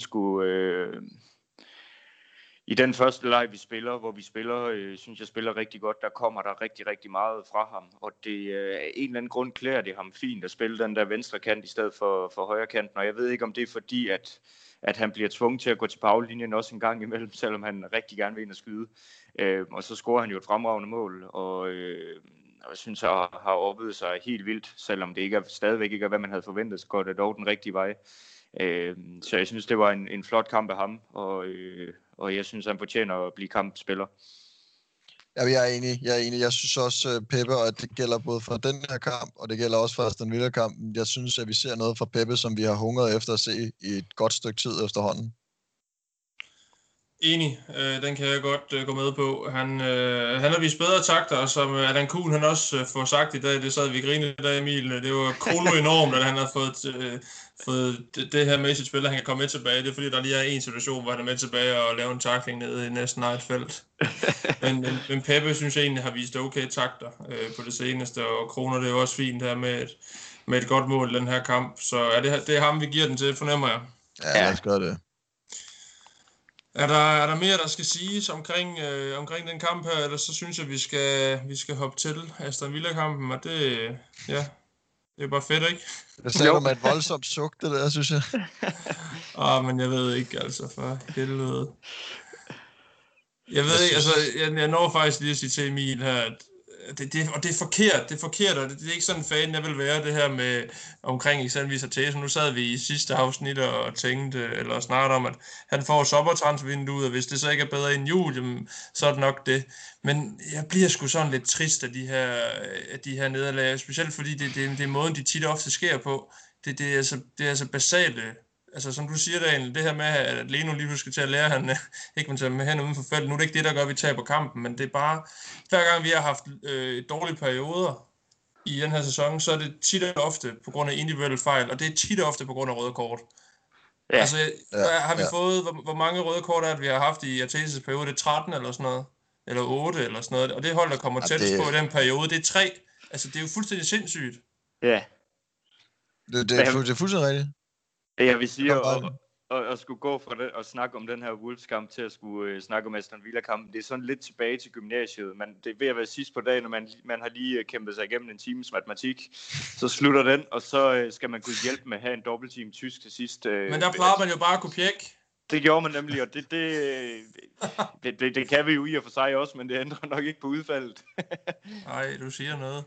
i den første leg vi spiller, hvor vi spiller, synes jeg spiller rigtig godt, der kommer der rigtig, rigtig meget fra ham, og det af en eller anden grund klæder det ham fint at spille den der venstre kant i stedet for højre kanten, og jeg ved ikke om det er fordi, at han bliver tvunget til at gå til baglinjen også en gang imellem, selvom han rigtig gerne vil ind og skyde, og så scorer han jo et fremragende mål, og jeg synes, at har oplevet sig helt vildt, selvom det ikke stadigvæk ikke er, hvad man havde forventet, så går det dog den rigtige vej. Så jeg synes, det var en flot kamp af ham, og jeg synes, han fortjener at blive kampspiller. Ja, jeg er enig. Jeg synes også, Peppe, og det gælder både for den her kamp, og det gælder også for Aston Villa-kampen. Jeg synes, at vi ser noget fra Peppe, som vi har hungret efter at se i et godt stykke tid efterhånden. Enig, den kan jeg godt gå med på. Han har vist bedre takter, og som Adam Kuhn han også får sagt i dag, det sad vi grinede i dag, Emil, det var enormt, at han har fået det her med i sit spil, at han kan komme med tilbage. Det er fordi, der lige er en situation, hvor han er med tilbage og laver en tackling nede i næsten eget felt. men Peppe synes jeg egentlig har vist okay takter på det seneste, og Kroner det er jo også fint her med et godt mål den her kamp. Så det er ham, vi giver den til, fornemmer jeg. Ja, lad os gøre det. Er der mere, der skal siges omkring den kamp her, eller så synes jeg, vi skal hoppe til Aston Villa-kampen, og det er bare fedt, ikke? Det sagde du med et voldsomt suk, det der, synes jeg. Men jeg ved ikke, altså, for helvede. Jeg ved ikke, altså, jeg når faktisk lige at sige til Emil her, at det er forkert, og det er ikke sådan en fan, jeg vil være, det her med omkring eksempelvis Arteta. Nu sad vi i sidste afsnit og tænkte, eller snart om, at han får sommertransvinduet, og hvis det så ikke er bedre end jul, jamen, så er det nok det. Men jeg bliver sgu sådan lidt trist af de her nederlag, specielt fordi det er måden, de tit og ofte sker på. Det er altså basale. Altså, som du siger, Daniel, det her med, at Leno lige pludselig skal til at lære, han ikke må tage med hen uden for feltet. Nu er det ikke det, der gør, at vi taber kampen, men det er bare, hver gang vi har haft dårlige perioder i den her sæson, så er det tit og ofte på grund af individuelle fejl, og det er tit og ofte på grund af røde kort. Ja. Altså, har vi fået, hvor mange røde kort er det, vi har haft i Artetas periode? Det er 13 eller sådan noget? Eller 8 eller sådan noget? Og det hold, der kommer tættest på i den periode, det er 3. Altså, det er jo fuldstændig sindssygt. Ja. Det er fuldstændig rigtigt. Jeg vil sige, at skulle gå fra det og snakke om den her Wolves-kamp til at skulle snakke om Aston Villa-kampen, det er sådan lidt tilbage til gymnasiet, men det er ved at være sidst på dagen, når man har lige kæmpet sig igennem en times matematik, så slutter den, og så skal man kunne hjælpe med at have en dobbeltteam tysk til sidst. Men der plejer man jo bare at kunne pjekke. Det gjorde man nemlig, og det kan vi jo i og for sig også, men det ændrer nok ikke på udfaldet. Nej, du siger noget.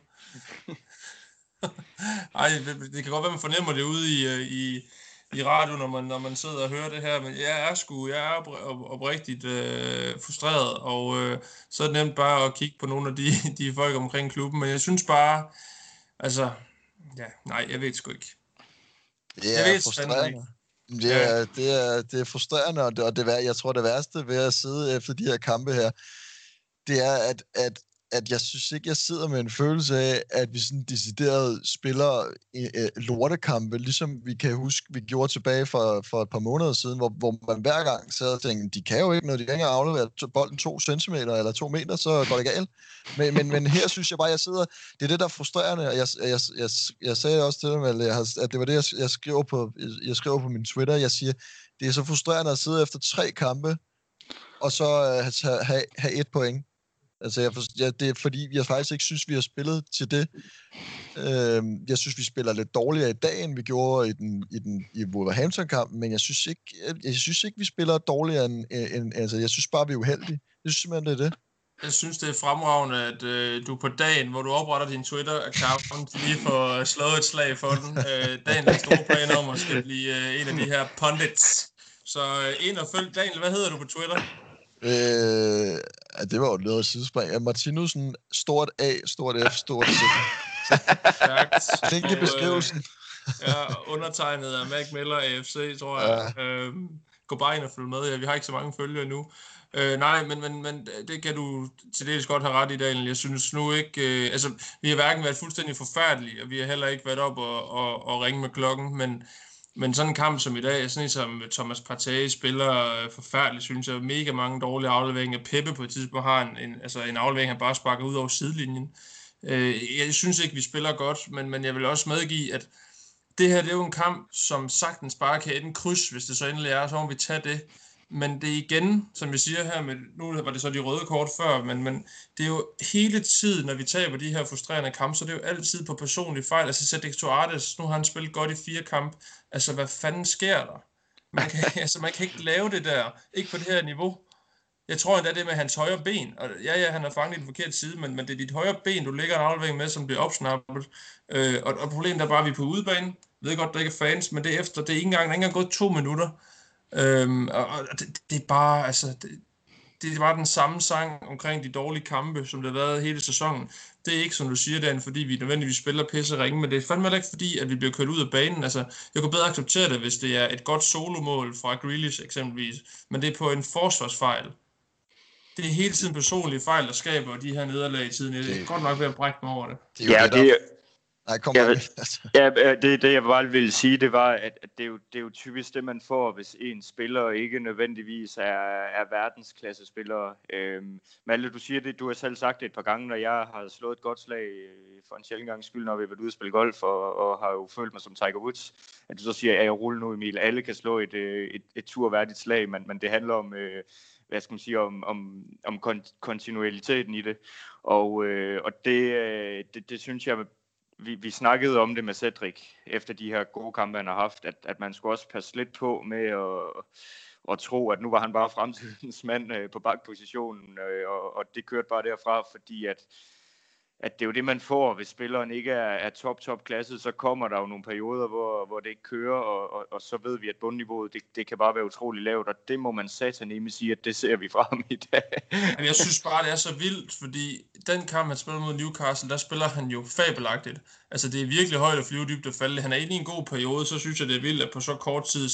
Ej, det kan godt være, man fornemmer det ude i radio, når man sidder og hører det her, men jeg er oprigtigt frustreret, og så er det nemt bare at kigge på nogle af de folk omkring klubben, men jeg synes bare, altså, jeg ved sgu ikke. Det er frustrerende. Det er frustrerende, og jeg tror, det værste ved at sidde efter de her kampe her, det er, at jeg synes ikke, jeg sidder med en følelse af, at vi sådan decideret spiller lortekampe, ligesom vi kan huske, vi gjorde tilbage for et par måneder siden, hvor man hver gang sad og tænkte, de kan jo ikke, når de ikke har afleveret bolden 2 centimeter eller 2 meter, så går det galt. Men her synes jeg bare, jeg sidder, det er det, der er frustrerende, og jeg sagde også til dem, at det var det, jeg skrev på min Twitter, jeg siger, det er så frustrerende at sidde efter 3 kampe, og så have 1 point. Altså, det er fordi, jeg faktisk ikke synes, vi har spillet til det. Jeg synes, vi spiller lidt dårligere i dag, end vi gjorde i Wolverhampton-kampen, men jeg synes ikke, vi spiller dårligere end altså, jeg synes bare, vi er uheldige. Jeg synes simpelthen, det er det. Jeg synes, det er fremragende, at du på dagen, hvor du opretter din Twitter-account, lige får slået et slag for den. Dagen er store planer om at skal blive en af de her pundits. Så ind og følg. Daniel, hvad hedder du på Twitter? Det var jo noget sidespring. Martinussen, stort A, stort F, stort C. Stærkt. Link i beskrivelsen. Ja, undertegnet af Mac Miller AFC, tror jeg. Gå bare ind og følge med. Ja, vi har ikke så mange følgere nu. Nej, men det kan du til dels godt have ret i, Daniel. Jeg synes nu ikke... altså, vi har hverken været fuldstændig forfærdelige, og vi har heller ikke været op og ringe med klokken, men sådan en kamp som i dag, sådan en som Thomas Partey spiller forfærdeligt, synes jeg. Mega mange dårlige afleveringer. Peppe på et tidspunkt har en aflevering, han bare sparker ud over sidelinjen. Jeg synes ikke, vi spiller godt, men jeg vil også medgive, at det her, det er jo en kamp, som sagtens bare kan ende kryds, hvis det så endelig er, så må vi tage det. Men det er igen, som jeg siger her, nu var det så de røde kort før, men det er jo hele tiden, når vi taber de her frustrerende kampe, så det er jo altid på personlige fejl. Altså Cedric Soares, nu har han spillet godt i 4 kampe. Altså, hvad fanden sker der? Man kan ikke lave det der. Ikke på det her niveau. Jeg tror endda det med hans højre ben, og ja, han er fanget i den forkerte side, men det er dit højre ben, du lægger en aflevering med, som bliver opsnappet. Og problemet er bare, at vi er på udebane. Jeg ved godt, der ikke er fans, men det er ikke engang gået 2 minutter. Det er bare, altså, det er bare den samme sang omkring de dårlige kampe, som det har været hele sæsonen. Det er ikke, som du siger, Dan, fordi vi nødvendigvis spiller pisse ringe, men det er fandme ikke fordi, at vi bliver kørt ud af banen. Altså, jeg kunne bedre acceptere det, hvis det er et godt solomål fra Grealish eksempelvis, men det er på en forsvarsfejl. Det er hele tiden personlige fejl, der skaber de her nederlag i tiden. Jeg er godt nok ved at brække mig over det. Det jeg bare ville sige, det var, at det er jo typisk det, man får, hvis en spiller ikke nødvendigvis er verdensklassespillere. Malte, du siger det, du har selv sagt det et par gange, når jeg har slået et godt slag for en sjældent gang skyld, når vi har været ude og spille golf, og har jo følt mig som Tiger Woods, at du så siger, at jeg ruller nu, Emil. Alle kan slå et turværdigt slag, men det handler om... hvad skal man sige, om kontinuiteten i det. Og det synes jeg, vi snakkede om det med Cedric, efter de her gode kampe, han har haft, at man skulle også passe lidt på med at tro, at nu var han bare fremtidens mand på bakpositionen, og det kørte bare derfra, fordi at det er jo det, man får, hvis spilleren ikke er top klasse, så kommer der jo nogle perioder, hvor det ikke kører, og så ved vi, at bundniveauet, det kan bare være utrolig lavt, og det må man sataneme sige, at det ser vi fra ham i dag. Jeg synes bare, det er så vildt, fordi den kamp, han spiller mod Newcastle, der spiller han jo fabelagtigt. Altså, det er virkelig højt at flyve, dybt og falde. Han er inde i en god periode, så synes jeg, det er vildt, at på så kort tid,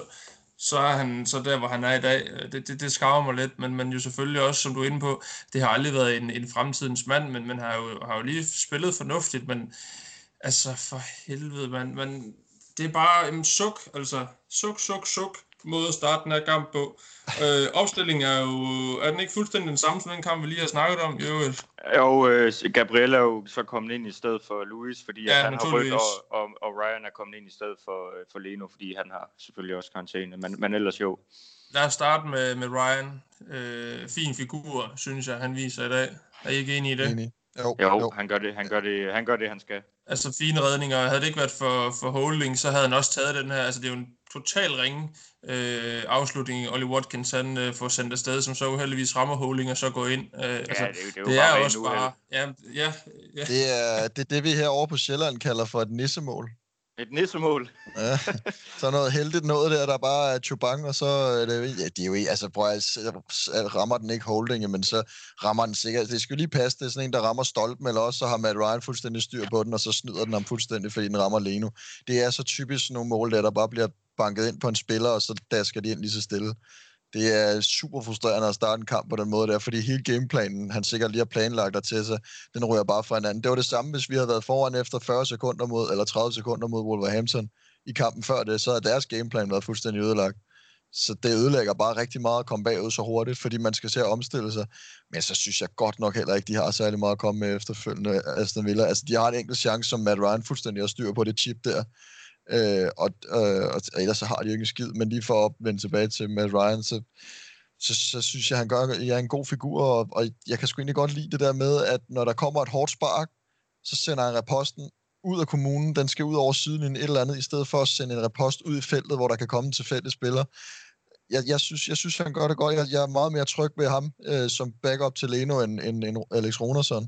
så er han så der, hvor han er i dag. Det skarver mig lidt, men jo selvfølgelig også, som du er inde på, det har aldrig været en fremtidens mand, men man har jo lige spillet fornuftigt, men altså for helvede, man det er bare en suk, altså suk måde at starte den her kamp på. Opstillingen er den ikke fuldstændig den samme som den kamp, vi lige har snakket om? Gabriel er jo så kommet ind i stedet for Luis, fordi at han har rødt, og Ryan er kommet ind i stedet for Leno, fordi han har selvfølgelig også karantæne, men ellers jo. Lad os starte med Ryan. Fin figur, synes jeg, han viser i dag. Er I ikke enige i det? Enig. Jo, han gør det, han skal. Altså fine redninger. Havde det ikke været for Holding, så havde han også taget den her. Altså det er jo en total ringe afslutning. Ollie Watkins, han får sendt afsted, som så uheldigvis rammer Holding og så går ind. Det er også bare... Ja. Det er det, vi herovre på Sjælland kalder for et nissemål. Et nissemål. Ja, så noget heldigt noget der bare er Chubang, og så er det er jo altså rammer den ikke Holding, men så rammer den sikkert. Det skal lige passe, det er sådan en, der rammer Stolpen, eller også så har Matt Ryan fuldstændig styr på den, og så snyder den ham fuldstændig, fordi den rammer Leno. Det er så typisk nogle mål, der bare bliver banket ind på en spiller, og så dasker de ind lige så stille. Det er super frustrerende at starte en kamp på den måde der, fordi hele gameplanen, han sikkert lige har planlagt der til sig, den ryger bare fra hinanden. Det var det samme, hvis vi havde været foran efter 40 sekunder mod, eller 30 sekunder mod Wolverhampton i kampen før det, så havde deres gameplan været fuldstændig ødelagt. Så det ødelægger bare rigtig meget at komme bagud så hurtigt, fordi man skal se at omstille sig. Men så synes jeg godt nok heller ikke, de har særlig meget at komme med efterfølgende Aston Villa. Altså, de har en enkelt chance, som Matt Ryan fuldstændig har styr på det chip der. Og ellers så har de jo ikke en skid, men lige for at vende tilbage til Matt Ryan, så synes jeg, han gør en god figur, og jeg kan sgu egentlig godt lide det der med, at når der kommer et hårdt spark, så sender han reposten ud af kommunen, den skal ud over siden et eller andet, i stedet for at sende en repost ud i feltet, hvor der kan komme en tilfældig spiller. Jeg synes, han gør det godt. Jeg er meget mere tryg ved ham som backup til Leno end Alex Runarsson.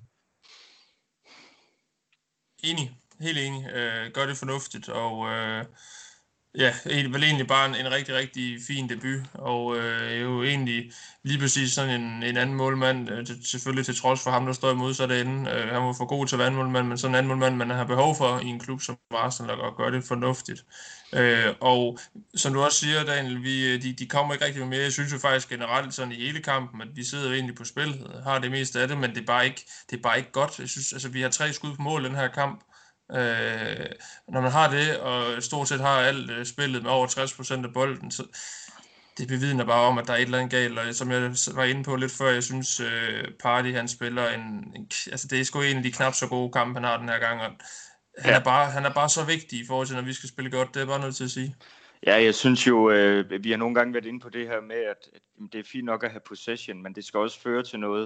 Enig. Helt enig. Gør det fornuftigt, og Ja, vel egentlig bare en rigtig, rigtig fin debut, og jo egentlig lige præcis sådan en anden målmand, selvfølgelig til trods for ham, der står i modsatte ende. Han var for god til vandmålmand, men sådan en anden målmand, man har behov for i en klub som Arsenal, og gør det fornuftigt. Og som du også siger, Daniel, de kommer ikke rigtig mere. Jeg synes jo faktisk generelt sådan i hele kampen, at vi sidder jo egentlig på spil, har det meste af det, men det er bare ikke godt. Jeg synes, altså vi har 3 skud på mål den her kamp. Når man har det, og stort set har alt spillet med over 60% af bolden, så det bevidner bare om, at der er et eller andet galt, og som jeg var inde på lidt før, jeg synes, Party, han spiller altså det er sgu en af de knap så gode kampe, han har den her gang, og han er bare så vigtig i forhold til, når vi skal spille godt, det er jeg bare nødt til at sige. Ja, jeg synes jo, vi har nogle gange været inde på det her med, at det er fint nok at have possession, men det skal også føre til noget,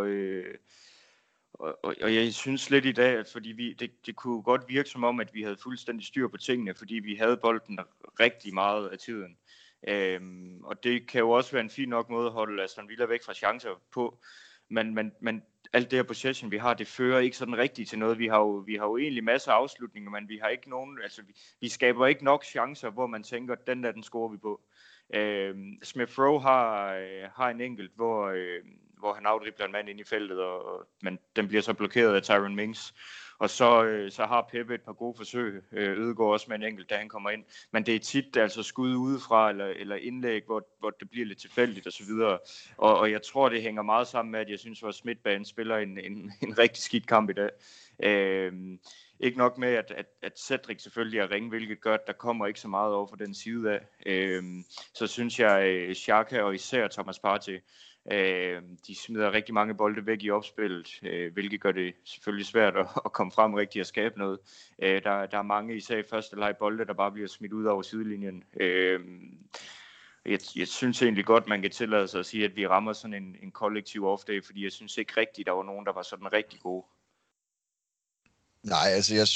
og jeg synes lidt i dag, at fordi det kunne godt virke som om, at vi havde fuldstændig styr på tingene, fordi vi havde bolden rigtig meget af tiden. Og det kan jo også være en fin nok måde at holde Aston Villa væk fra chancer på, men alt det her possession, vi har, det fører ikke sådan rigtigt til noget. Vi har jo egentlig masser af afslutninger, men vi har ikke nogen, altså vi skaber ikke nok chancer, hvor man tænker, den scorer vi på. Smith Rowe har en enkelt, hvor han afdribler en mand ind i feltet, men den bliver så blokeret af Tyrone Mings. Og så har Pepe et par gode forsøg. Ødegaard også med en enkelt, da han kommer ind. Men det er tit altså skud udefra eller indlæg, hvor det bliver lidt tilfældigt osv. Og jeg tror, det hænger meget sammen med, at jeg synes, at vores midtbane spiller en rigtig skidt kamp i dag. Ikke nok med, at Cedric selvfølgelig er ringe, hvilket gør, at der kommer ikke så meget over for den side af. Så synes jeg, Xhaka og især Thomas Partey, de smider rigtig mange bolde væk i opspillet, hvilket gør det selvfølgelig svært at komme frem rigtigt og skabe noget. Der er mange, især i første leg, bolde, der bare bliver smidt ud over sidelinjen. Jeg synes egentlig godt, man kan tillade sig at sige, at vi rammer sådan en kollektiv off-day, fordi jeg synes ikke rigtigt, der var nogen, der var sådan rigtig gode. Nej, altså jeg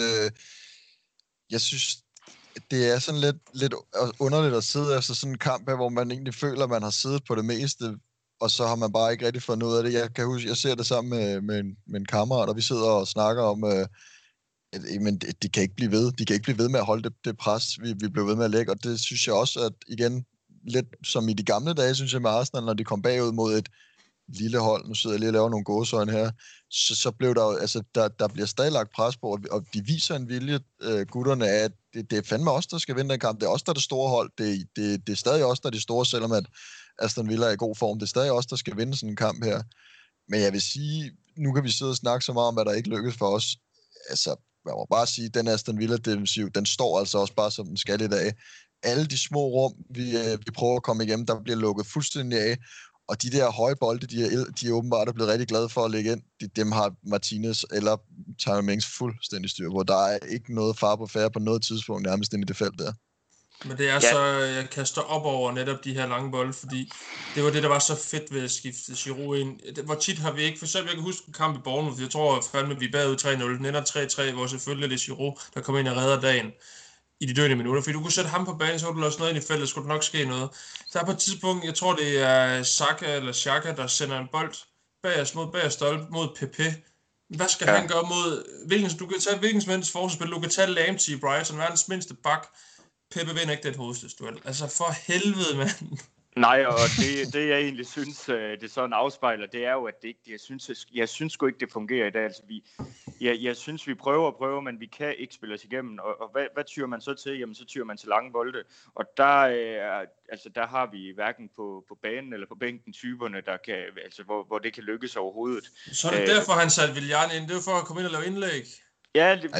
synes, det er sådan lidt underligt at sidde efter sådan en kamp her, hvor man egentlig føler, at man har siddet på det meste, og så har man bare ikke rigtig fundet ud af det. Jeg kan huske, jeg ser det sammen med en kammerat, og vi sidder og snakker om, men de kan ikke blive ved. De kan ikke blive ved med at holde det pres, vi blev ved med at lægge, og det synes jeg også, at igen, lidt som i de gamle dage, synes jeg med Arsenal, når de kom bagud mod et lille hold, nu sidder jeg lige og laver nogle gåseøjne her, så blev der jo, altså der bliver stadig lagt pres på, og de viser en vilje, gutterne, at det er fandme os, der skal vinde den kamp. Det er os, der er det store hold. Det er stadig os, der er det store, selvom at Aston Villa er i god form. Det er stadig os, der skal vinde sådan en kamp her. Men jeg vil sige, nu kan vi sidde og snakke så meget om, hvad der ikke lykkes for os. Altså, jeg må bare sige, den Aston Villa-defensiv, den står altså også bare, som den skal i dag. Alle de små rum, vi prøver at komme igennem, der bliver lukket fuldstændig af. Og de der høje bolde, de er åbenbart blevet rigtig glade for at lægge ind. Dem har Martinez eller Tyrone Mings fuldstændig styr på. Der er ikke noget far på færre på noget tidspunkt nærmest inde i det felt der. Men det er så, jeg kaster op over netop de her lange bolde, fordi det var det, der var så fedt ved at skifte Giroud ind. Hvor tit har vi ikke, for eksempel jeg kan huske en kamp i Bournemouth, jeg tror fandme, vi er bagud 3-0, den ender 3-3, hvor selvfølgelig det er Giroud, der kommer ind og redder dagen i de døende minutter, fordi du kunne sætte ham på banen, så kunne du løse noget ind i feltet, skulle der nok ske noget. Der er på et tidspunkt, jeg tror det er Saka eller Xhaka, der sender en bold bag stolpe mod Pepe. Hvad skal han gøre mod, du kan tage hvilken som helst forsvarsspil, du kan tage Lamptey, Brighton, verdens mindste bak. Pepe vinder ikke den hovedstødsduel. Altså for helvede, mand. Nej, og det jeg egentlig synes, det sådan afspejler, det er jo, at det ikke, jeg synes sgu ikke, det fungerer i dag. Altså, jeg synes, vi prøver, men vi kan ikke spille os igennem. Og hvad tyrer man så til? Jamen, så tyrer man til lange bolde. Og der har vi hverken på banen eller på bænken typerne, der kan, altså, hvor det kan lykkes overhovedet. Så er det derfor, han satte Willian ind. Det var for at komme ind og lave indlæg. Ja, det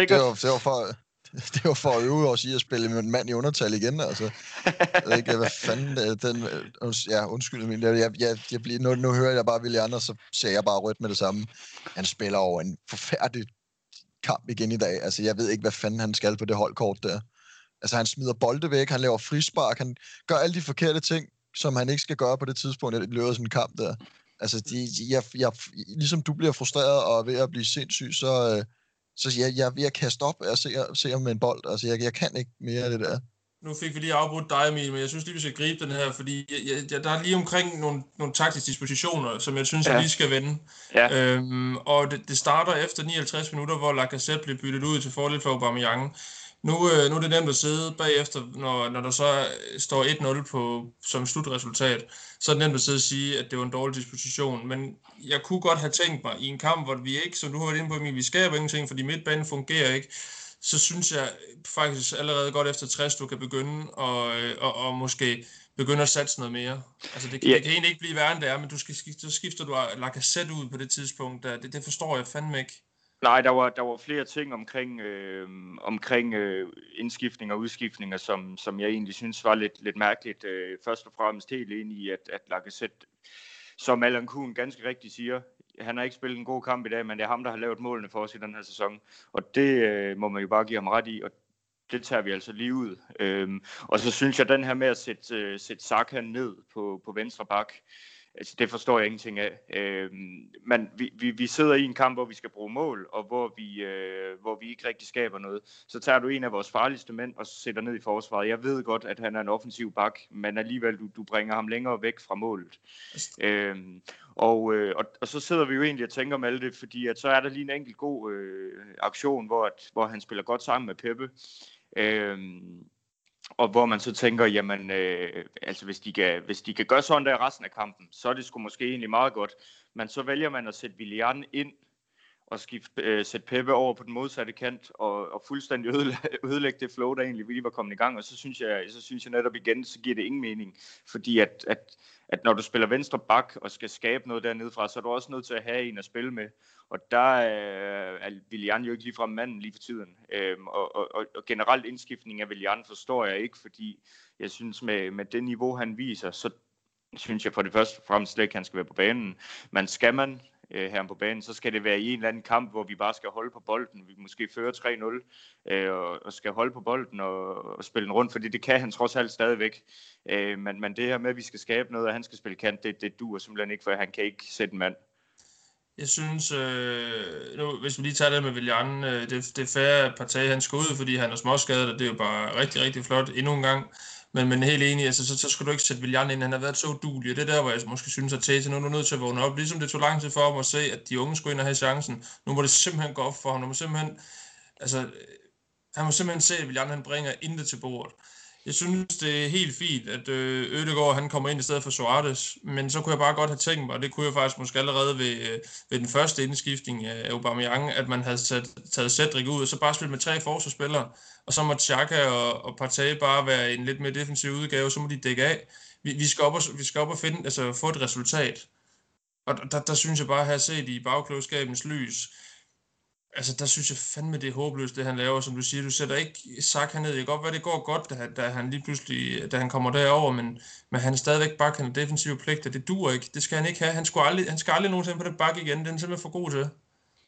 var for at øve os i at spille med en mand i undertal igen, altså. Jeg ved ikke, hvad fanden undskyld min. Jeg bliver, nu hører jeg bare Willian, og så ser jeg bare rødt med det samme. Han spiller over en forfærdelig kamp igen i dag. Altså, jeg ved ikke, hvad fanden han skal på det holdkort der. Altså, han smider bolde væk, han laver frispark, han gør alle de forkerte ting, som han ikke skal gøre på det tidspunkt, i løbet af sådan en kamp der. Altså, ligesom du bliver frustreret og ved at blive sindssyg, så jeg er ved at kaste op og se ham med en bold. Altså, jeg kan ikke mere af det der. Nu fik vi lige afbrudt dig, Emil, men jeg synes lige, vi skal gribe den her, fordi der er lige omkring nogle taktiske dispositioner, som jeg synes, jeg lige skal vende. Ja. Og det starter efter 59 minutter, hvor Lacazette bliver byttet ud til fordel for Aubameyang. Nu er det nemt at sidde bagefter, når der så står 1-0 som slutresultat, så er det nemt at sidde og sige, at det var en dårlig disposition. Men jeg kunne godt have tænkt mig, i en kamp, hvor vi ikke, som du har været inde på, Emil, vi skaber ingenting, fordi midtbanen fungerer ikke, så synes jeg faktisk allerede godt efter 60, du kan begynde og måske begynde at satse noget mere. Altså det kan egentlig ikke blive værre end det er, men så skifter du Lacazette ud på det tidspunkt. Det forstår jeg fandme ikke. Nej, der var flere ting omkring indskiftning og udskiftninger, som jeg egentlig synes var lidt mærkeligt. Først og fremmest helt enig i, at Lacazette, som Allan Kuhn ganske rigtigt siger, han har ikke spillet en god kamp i dag, men det er ham, der har lavet målene for os i den her sæson. Og det må man jo bare give ham ret i, og det tager vi altså lige ud. Og så synes jeg, den her med at sætte Saka ned på venstre bak, altså, det forstår jeg ingenting af. Men vi sidder i en kamp, hvor vi skal bruge mål, og hvor vi ikke rigtig skaber noget. Så tager du en af vores farligste mænd og sætter ned i forsvaret. Jeg ved godt, at han er en offensiv bak, men alligevel du bringer ham længere væk fra målet. Og så sidder vi jo egentlig og tænker med det, fordi at så er der lige en enkelt god aktion, hvor han spiller godt sammen med Pepe. Og hvor man så tænker, jamen, altså hvis de kan gøre sådan der resten af kampen, så er det sgu måske egentlig meget godt. Men så vælger man at sætte Willian ind og sætte Pepe over på den modsatte kant og fuldstændig ødelægge det flow, der egentlig lige var kommet i gang. Og så synes jeg netop igen, så giver det ingen mening. Fordi at når du spiller venstre bak og skal skabe noget dernede fra, så er du også nødt til at have en at spille med. Og der er Willian jo ikke ligefrem manden lige for tiden. Og generelt indskiftning af Willian forstår jeg ikke, fordi jeg synes med det niveau, han viser, så synes jeg for det første fremmest slet ikke, han skal være på banen. Men skal man her på banen, så skal det være i en eller anden kamp, hvor vi bare skal holde på bolden. Vi måske fører 3-0 og skal holde på bolden og spille den rundt, fordi det kan han trods alt stadigvæk. Men det her med, at vi skal skabe noget, og han skal spille kant, det duer simpelthen ikke, for han kan ikke sætte en mand. Jeg synes, nu, hvis vi lige tager det med Willian, det er fair, at Partey han skal ud, fordi han er småskadet, og det er jo bare rigtig, rigtig flot endnu en gang. Men helt enig, altså, så skal du ikke sætte Willian ind, han har været så uduelig, og det er der, hvor jeg måske synes, at Tete nu er nødt til at vågne op, ligesom det tog lang tid for ham at se, at de unge skulle ind og have chancen. Nu må det simpelthen gå op for ham, han må simpelthen se, at Willian han bringer intet til bordet. Jeg synes, det er helt fint, at Ødegaard han kommer ind i stedet for Suarez, men så kunne jeg bare godt have tænkt mig, og det kunne jeg faktisk måske allerede ved den første indskiftning af Aubameyang, at man havde taget Cedric ud, og så bare spillet med 3 forsvarsspillere, og så må Xhaka og Partey bare være en lidt mere defensiv udgave, så må de dække af. Vi skal op og finde, altså få et resultat. Og der synes jeg bare, at have set i bagklogskabens lys, altså, der synes jeg fandme, det er håbløst, det han laver, som du siger. Du sætter ikke Saka ned. Det kan godt være, det går godt, da han lige pludselig, da han kommer derover, men han er stadigvæk bak, han har defensive pligter. Det duer ikke. Det skal han ikke have. Han skal aldrig nogensinde på den bak igen. Den er simpelthen for god til.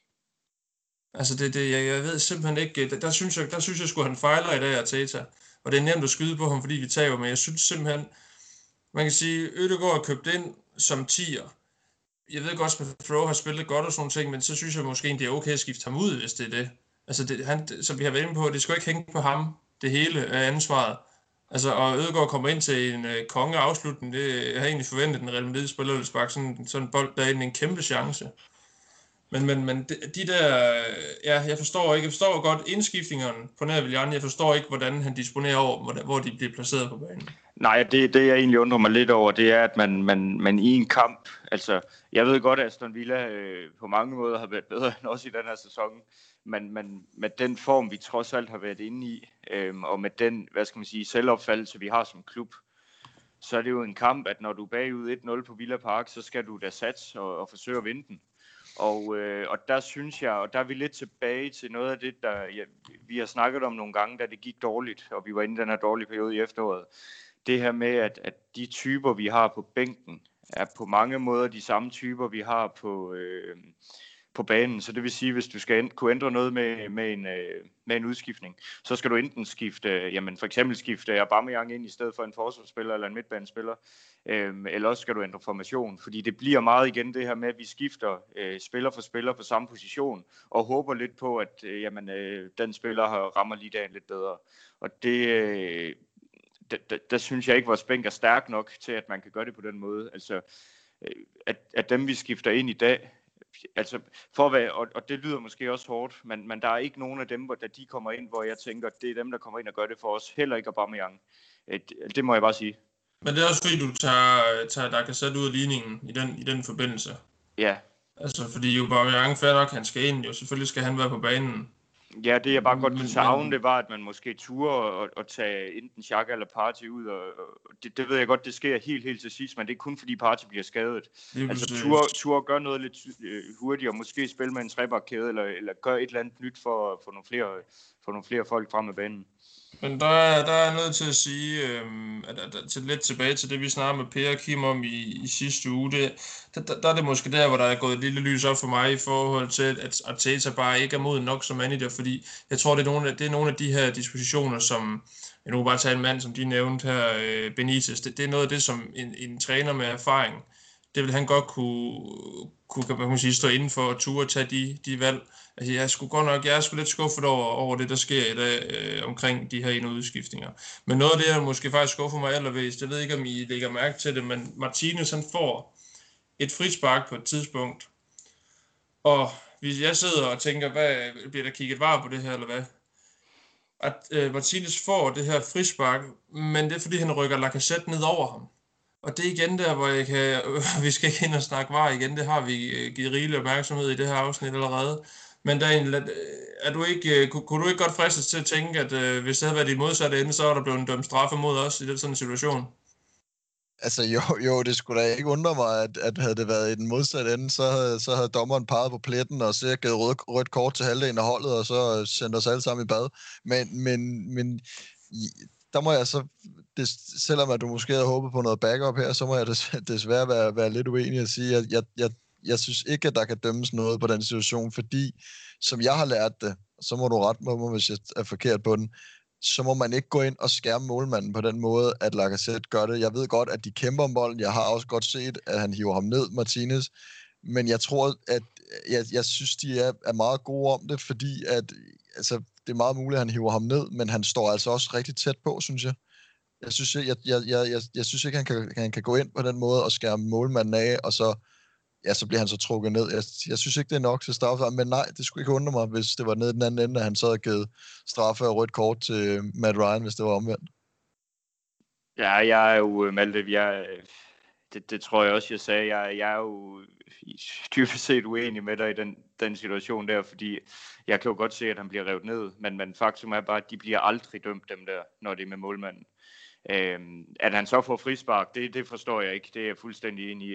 Altså, jeg ved simpelthen ikke. Der synes jeg sgu, han fejler i dag, Arteta. Og det er nemt at skyde på ham, fordi vi taber, men jeg synes simpelthen, man kan sige, Ødegaard er købt ind som 10'er. Jeg ved godt, at Smith Rowe har spillet godt og sådan nogle ting, men så synes jeg måske egentlig, det er okay at skifte ham ud, hvis det er det. Altså, som vi har været inde på, det skal ikke hænge på ham, det hele af ansvaret. Altså, og Ødegaard kommer ind til en kongeafslutning, det jeg har egentlig forventet, den Real Madrid-spiller ville sparke sådan en bold derinde, en kæmpe chance. Men de der, ja, jeg forstår godt indskiftningerne på nær Willian, jeg forstår ikke, hvordan han disponerer over, hvor de bliver placeret på banen. Nej, det jeg egentlig undrer mig lidt over, det er, at man i en kamp, altså, jeg ved godt, at Aston Villa på mange måder har været bedre end os i den her sæson, men med den form, vi trods alt har været inde i, og med den, hvad skal man sige, selvopfattelse, vi har som klub, så er det jo en kamp, at når du er bagud 1-0 på Villa Park, så skal du da satse og forsøge at vinde den. Og der synes jeg, og der er vi lidt tilbage til noget af det, vi har snakket om nogle gange, da det gik dårligt, og vi var inde i den her dårlige periode i efteråret. Det her med, at de typer, vi har på bænken, er på mange måder de samme typer, vi har på banen. Så det vil sige, hvis du skal kunne ændre noget med en udskiftning, så skal du enten for eksempel skifte Aubameyang ind i stedet for en forsvarsspiller eller en midtbanespiller, eller også skal du ændre formation, fordi det bliver meget igen det her med, at vi skifter spiller for spiller på samme position, og håber lidt på, at den spiller rammer lige dagen lidt bedre. Og der synes jeg ikke, at vores bænk er stærk nok til, at man kan gøre det på den måde. Altså, at dem vi skifter ind i dag, altså for at være, og det lyder måske også hårdt, men der er ikke nogen af dem, da de kommer ind, hvor jeg tænker, det er dem, der kommer ind og gør det for os. Heller ikke Aubameyang. Det må jeg bare sige. Men det er også fordi, du tager Lacazette ud af ligningen i den forbindelse. Ja. Altså, fordi Aubameyang, fair nok, han skal ind jo. Selvfølgelig skal han være på banen. Ja, det jeg bare godt kunne savne, det var, at man måske turde og tage enten Xhaka eller Partey ud, og det ved jeg godt, det sker helt til sidst, men det er kun fordi Partey bliver skadet. Altså turde gøre noget lidt hurtigere, måske spille med en trebakkæde, eller gøre et eller andet nyt for at få nogle flere folk frem af banen. Men der er noget til at sige, lidt tilbage til det, vi snakkede med Per og Kim om i sidste uge. Der er det måske der, hvor der er gået et lille lys op for mig i forhold til, at Arteta bare ikke er moden nok som manager, fordi jeg tror, det er nogle af de her dispositioner, som, jeg nu bare tage en mand, som de nævnte her, Benitez, det er noget af det, som en træner med erfaring, det vil han godt kunne stå inden for at ture tage de valg. Altså, jeg er sgu lidt skuffet over det, der sker i dag omkring de her ind- og udskiftninger. Men noget af det, der måske faktisk skuffer mig allervæst, jeg ved ikke, om I lægger mærke til det, men Martinez, han får et frispark på et tidspunkt. Og hvis jeg sidder og tænker, hvad bliver der kigget var på det her, eller hvad? At Martinez får det her frispark, men det er, fordi han rykker Lacazette ned over ham. Og det er igen der, hvor vi skal ikke ind og snakke var igen, det har vi givet rigelig opmærksomhed i det her afsnit allerede. Men kunne du ikke godt fristes til at tænke, at hvis det havde været i modsatte ende, så var der blevet dømt straffe mod os i den sådan en situation? Altså jo, det skulle da ikke undre mig, at havde det været i den modsatte ende, så havde dommeren peget på pletten og så givet rødt kort til halvdelen af holdet, og så sendt os alle sammen i bad. Men der må jeg så, selvom at du måske havde håbet på noget backup her, så må jeg desværre være lidt uenig at sige, at jeg synes ikke, at der kan dømmes noget på den situation, fordi, som jeg har lært det, så må du rette mig, hvis jeg er forkert på den, så må man ikke gå ind og skærme målmanden på den måde, at Lacazette gør det. Jeg ved godt, at de kæmper om bolden. Jeg har også godt set, at han hiver ham ned, Martinez. Men jeg tror, at jeg synes, de er meget gode om det, fordi at, altså, det er meget muligt, at han hiver ham ned, men han står altså også rigtig tæt på, synes jeg. Jeg synes ikke, han kan gå ind på den måde og skærme målmanden af, og så bliver han så trukket ned. Jeg synes ikke, det er nok til straffe, men nej, det skulle ikke undre mig, hvis det var nede i den anden ende, at han så havde givet straffe og rødt kort til Matt Ryan, hvis det var omvendt. Ja, jeg er jo, Malte, det tror jeg også, jeg sagde. Jeg er jo dybest set uenig med dig i den situation der, fordi jeg kan jo godt se, at han bliver revet ned, men faktum er bare, at de bliver aldrig dømt, dem der, når det er med målmanden. At han så får frispark, det forstår jeg ikke. Det er jeg fuldstændig enig i.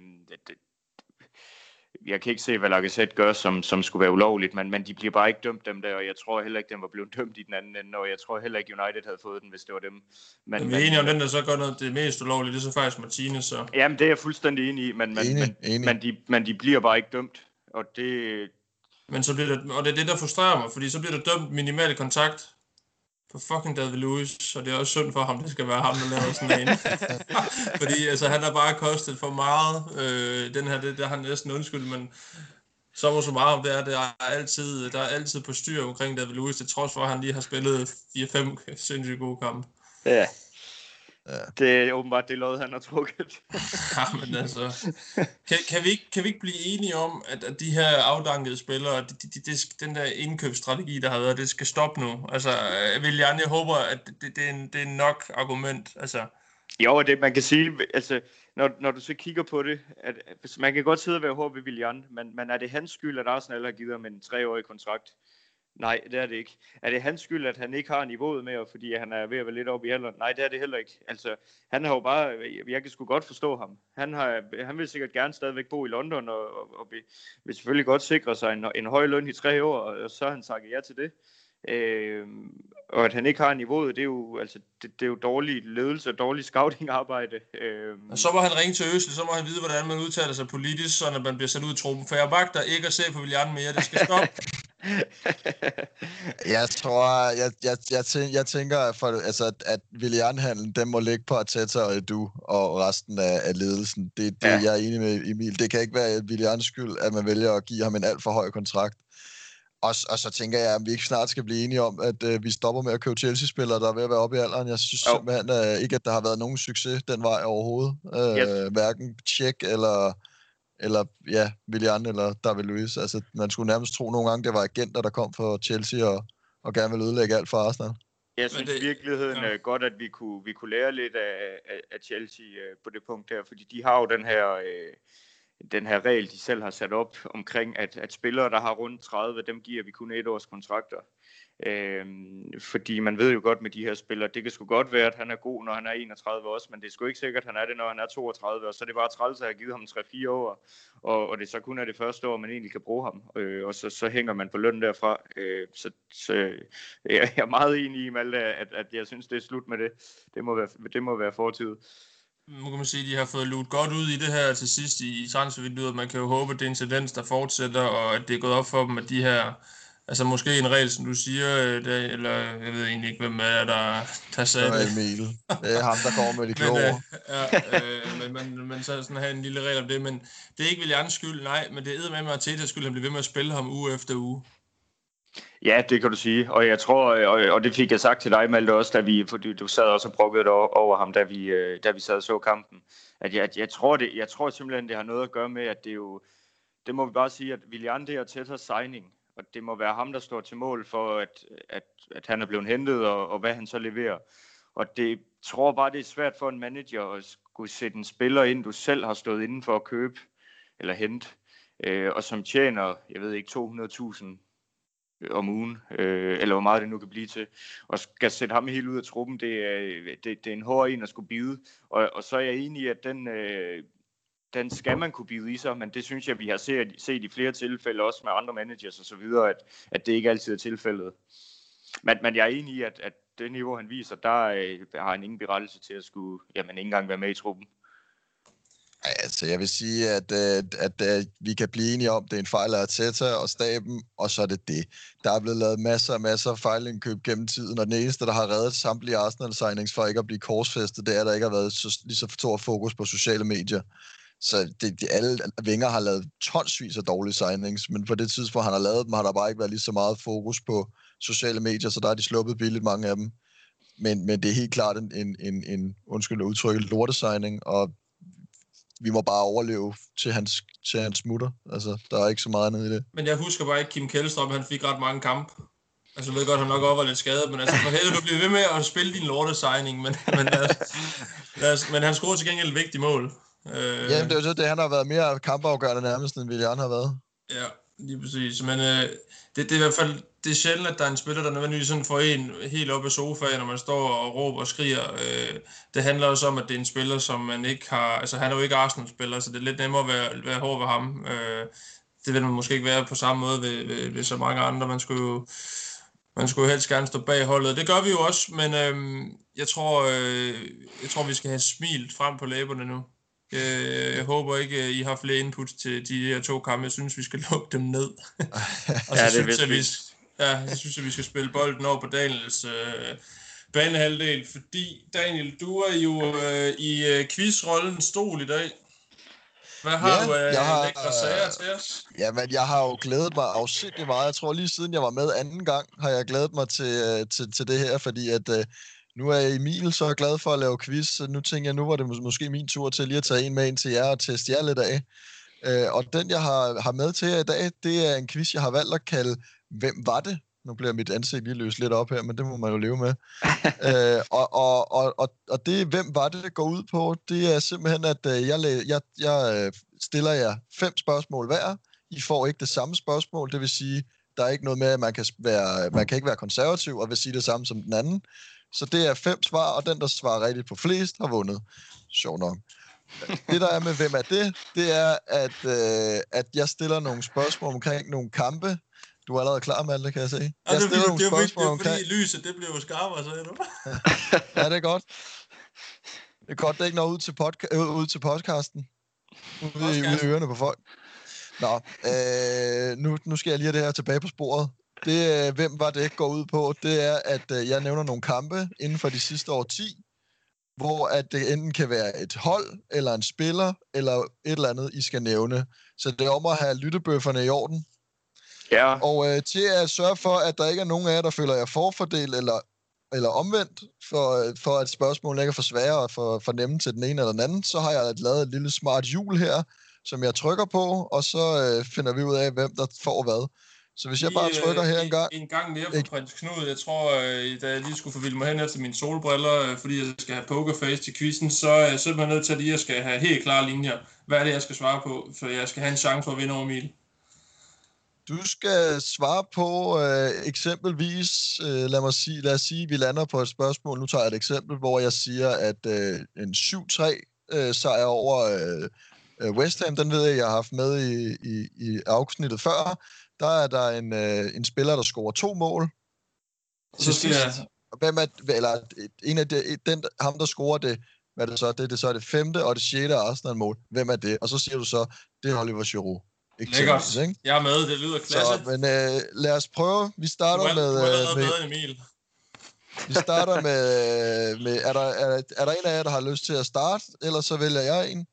Jeg kan ikke se, hvad Lacazette gør, som skulle være ulovligt, men de bliver bare ikke dømt, dem der, og jeg tror heller ikke, den var blevet dømt i den anden ende, og jeg tror heller ikke, United havde fået den, hvis det var dem. Men vi er enige om, den der så gør noget, det mest ulovligt, det er så faktisk Martinez, så. Jamen, det er jeg fuldstændig enig i, men de bliver bare ikke dømt, og det... Men så bliver det, og det er det, der frustrerer mig, fordi så bliver der dømt minimal kontakt på fucking David Luiz, og det er også synd for ham, det skal være ham, der laver sådan en. Fordi altså, han har bare kostet for meget. Den her, det har han næsten undskyld, men så meget om det er, der er altid på styr omkring David Luiz, til trods for, at han lige har spillet 4-5 sindssygt gode kampe. Ja. Det er åbenbart det lod, han har trukket. Ja, men altså, kan vi ikke blive enige om, at de her afdankede spillere, den der indkøbsstrategi, der har været, det skal stoppe nu? Altså, jeg håber, at det er nok argument. Altså. Jo, det man kan sige, altså, når du så kigger på det, at man kan godt sidde og være hård ved Willian, men er det hans skyld, at Arsenal har givet ham en 3-årig kontrakt? Nej, det er det ikke. Er det hans skyld, at han ikke har niveauet med, fordi han er ved at være lidt oppe i alderen? Nej, det er det heller ikke. Altså, han har jo bare, jeg kan sgu godt forstå ham. Han vil sikkert gerne stadigvæk bo i London, og vil selvfølgelig godt sikre sig en høj løn i 3 år, og så har han sagt ja til det. Og at han ikke har niveauet, det er jo dårlig ledelse og dårlig scouting-arbejde. Og så må han ringe til Øsel, så må han vide, hvordan man udtaler sig politisk, så når man bliver sat ud i truppen. For jeg magter ikke at se på Willian mere, det skal stoppe. Jeg tænker, at Willian-handlen, den må ligge på Arteta og Edu og resten af ledelsen. Det jeg er enig med Emil. Det kan ikke være Willians skyld, at man vælger at give ham en alt for høj kontrakt. Og så tænker jeg, at vi ikke snart skal blive enige om, at vi stopper med at købe Chelsea-spillere, der er ved at være oppe i alderen. Jeg synes simpelthen ikke, at der har været nogen succes den vej overhovedet. Hverken Tjek eller eller ja, Willian eller David Luiz. Altså, man skulle nærmest tro nogle gange, det var agenter, der kom fra Chelsea og gerne ville ødelægge alt for Arsenal. Jeg synes i virkeligheden godt, at vi kunne lære lidt af Chelsea på det punkt der, fordi de har jo den her regel, de selv har sat op omkring, at spillere, der har rundt 30, dem giver vi kun 1 års kontrakter. Fordi man ved jo godt med de her spillere, det kan sgu godt være, at han er god, når han er 31 også, men det er sgu ikke sikkert, at han er det, når han er 32, og så er det bare træls at have givet ham 3-4 år, og det så kun er det første år, man egentlig kan bruge ham, og så hænger man på løn derfra. Så jeg er meget enig i, Malte, at jeg synes, det er slut med det. Det må være fortid. Nu kan man sige, at de har fået luet godt ud i det her til sidst i transfervinduet, og man kan jo håbe, at det er en tendens, der fortsætter, og at det er gået op for dem, at de her, altså måske en regel, som du siger, eller jeg ved egentlig ikke, hvem er der sagde det. Emil. Det er ham, der kommer med de kloge. Men så sådan have en lille regel om det, men det er ikke Willians skyld, nej, men det er eddermame med Artetas skyld, han bliver ved med at spille ham uge efter uge. Ja, det kan du sige, og jeg tror, og det fik jeg sagt til dig, Malte, også, fordi du sad også og brokkede over ham, da vi sad og så kampen, at jeg tror simpelthen, det har noget at gøre med, at det må vi bare sige, at Willian, det er Artetas signing, og det må være ham, der står til mål for, at han er blevet hentet, og hvad han så leverer. Og det tror bare, det er svært for en manager at skulle sætte en spiller ind, du selv har stået inden for at købe eller hente, og som tjener, jeg ved ikke, 200.000 om ugen, eller hvor meget det nu kan blive til, og skal sætte ham helt ud af truppen, det er en hård en at skulle bide, og så er jeg enig i, at den skal man kunne bide i sig, men det synes jeg, vi har set i flere tilfælde, også med andre managers og så videre, at det ikke altid er tilfældet. Men jeg er enig i, at det niveau, han viser, der har han ingen berettelse til at skulle, ikke engang være med i truppen. Altså, jeg vil sige, at vi kan blive enige om, at det er en fejl af Arteta og staben, og så er det det. Der er blevet lavet masser af fejlindkøb gennem tiden, og den eneste, der har reddet samtlige Arsenal-signings for ikke at blive korsfæstet, det er, at der ikke har været lige så stor fokus på sociale medier. Så alle Wenger har lavet tonsvis af dårlige signings, men på det tidspunkt, han har lavet dem, har der bare ikke været lige så meget fokus på sociale medier, så der er de sluppet billigt, mange af dem. Men det er helt klart en undskyld udtryk, lortesigning, og vi må bare overleve til hans smutter. Altså, der er ikke så meget andet i det. Men jeg husker bare ikke, Kim Kjellstrup, han fik ret mange kampe. Altså, jeg ved godt, han nok var lidt skadet, men altså, for helvede, du bliver ved med at spille din lortesigning, men han scorede til gengæld et vigtigt mål. Jamen, det er jo så det, han har været mere kampafgørende nærmest, end Willian har været. Ja, lige præcis. Men det er i hvert fald det er sjældent, at der er en spiller, der nødvendigvis sådan får en helt op af sofaen, når man står og råber og skriger. Det handler også om, at det er en spiller, som man ikke har... Altså, han er jo ikke Arsenal-spiller, så det er lidt nemmere at være hård ved ham. Det vil man måske ikke være på samme måde ved så mange andre. Man skulle jo helst gerne stå bag holdet. Det gør vi jo også, men jeg tror, vi skal have smilt frem på læberne nu. Jeg håber ikke, I har flere input til de her 2 kampe. Jeg synes, vi skal lukke dem ned. Og så synes jeg, vi skal spille bolden over på Daniels banehalvdel, fordi Daniel, du er jo i quizrollen stol i dag. Hvad har du af lækre sager til os? Jamen, jeg har jo glædet mig afsindigt meget. Jeg tror lige siden jeg var med anden gang, har jeg glædet mig til det her, fordi at... Nu er Emil så glad for at lave quiz, så nu tænker jeg, nu var det måske min tur til lige at tage en med ind til jer og teste jer lidt af. Og den, jeg har med til jer i dag, det er en quiz, jeg har valgt at kalde Hvem var det? Nu bliver mit ansigt lige løst lidt op her, men det må man jo leve med. Og det, Hvem var det går ud på, det er simpelthen, at jeg stiller jer 5 spørgsmål hver. I får ikke det samme spørgsmål, det vil sige, der er ikke noget med, at man kan ikke være konservativ og vil sige det samme som den anden. Så det er 5 svar, og den, der svarer rigtigt på flest, har vundet. Sjov nok. Det, der er med Hvem er det? Det er, at jeg stiller nogle spørgsmål omkring nogle kampe. Du er allerede klar, Malte, kan jeg se. Jeg stiller nogle spørgsmål omkring... Fordi lyset, det bliver jo skarpere, så er du. Ja, det er godt. Det er godt, det ikke når ud til podcasten. Ude i ørerne på folk. Nå, nu skal jeg lige have det her tilbage på sporet. Det, Hvem var det går ud på, det er, at jeg nævner nogle kampe inden for de sidste år 10, hvor at det enten kan være et hold, eller en spiller, eller et eller andet, I skal nævne. Så det er om at have lyttebøfferne i orden. Ja. Og til at sørge for, at der ikke er nogen af jer, der føler jer forfordel, eller omvendt, for at spørgsmålene ikke er for svære og for nemme til den ene eller den anden, så har jeg lavet et lille smart hjul her, som jeg trykker på, og så finder vi ud af, hvem der får hvad. Så hvis jeg bare trykker her en gang... En gang mere for Prins Knud. Jeg tror, da jeg lige skulle forvilde mig hen efter mine solbriller, fordi jeg skal have pokerface til quizzen, så er jeg simpelthen nødt til at lige at skal have helt klare linjer. Hvad er det, jeg skal svare på? For jeg skal have en chance for at vinde over Emil. Du skal svare på eksempelvis, lad os sige, vi lander på et spørgsmål. Nu tager jeg et eksempel, hvor jeg siger, at en 7-3 sejr over West Ham, den ved jeg har haft med i afsnittet før. Der er der en spiller, der scorer 2 mål. Så skal jeg... Hvem er, eller en af ham, der scorer det, hvad er det så? Det er det 5. og det 6. Arsenal-mål. Hvem er det? Og så siger du så, det er Oliver Giroud. Lækkert. Jeg er med, det lyder klasse. Så, men lad os prøve. Vi starter med... Du er allerede bedre end Emil. Vi starter med er der en af jer, der har lyst til at starte, eller så vælger jeg en?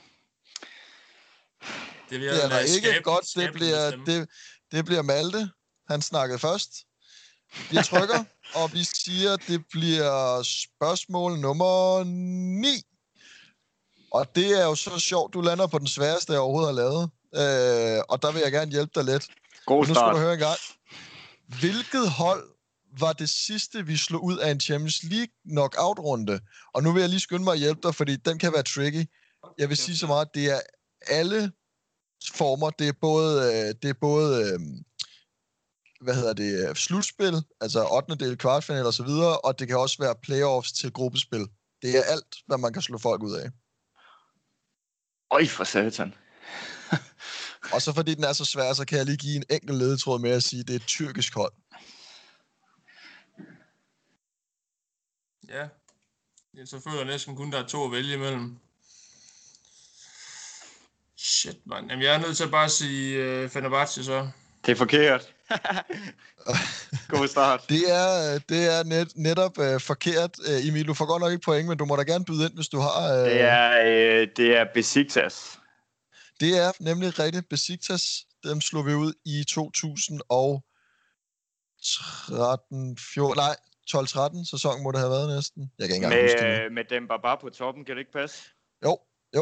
Det er der ikke. Godt, det bliver Malte. Han snakkede først. Vi trykker, og vi siger, det bliver spørgsmål nummer 9. Og det er jo så sjovt, du lander på den sværeste, jeg overhovedet har lavet. Og der vil jeg gerne hjælpe dig lidt. God start. Nu skal du høre en gang. Hvilket hold var det sidste, vi slog ud af en Champions League knockout-runde? Og nu vil jeg lige skynde mig at hjælpe dig, fordi den kan være tricky. Jeg vil sige så meget, at det er alle former. Det er både slutspil, altså 8. del, kvartfinal og så videre, og det kan også være playoffs til gruppespil. Det er alt, hvad man kan slå folk ud af. Øj, for satan. Og så fordi den er så svær, så kan jeg lige give en enkelt ledetråd med at sige, at det er et tyrkisk hold. Ja. Så føler jeg næsten kun, der er 2 at vælge imellem. Shit, man. Jamen, jeg er nødt til at bare sige Fenerbahce, så. Det er forkert. God start. Det er netop forkert. Emil, du får godt nok ikke point, men du må da gerne byde ind, hvis du har... Det er Besiktas. Det er nemlig rigtigt. Besiktas, dem slog vi ud i 12-13 sæson må det have været næsten. Jeg kan ikke engang huske det. Med Demba bare på toppen, kan det ikke passe? Jo.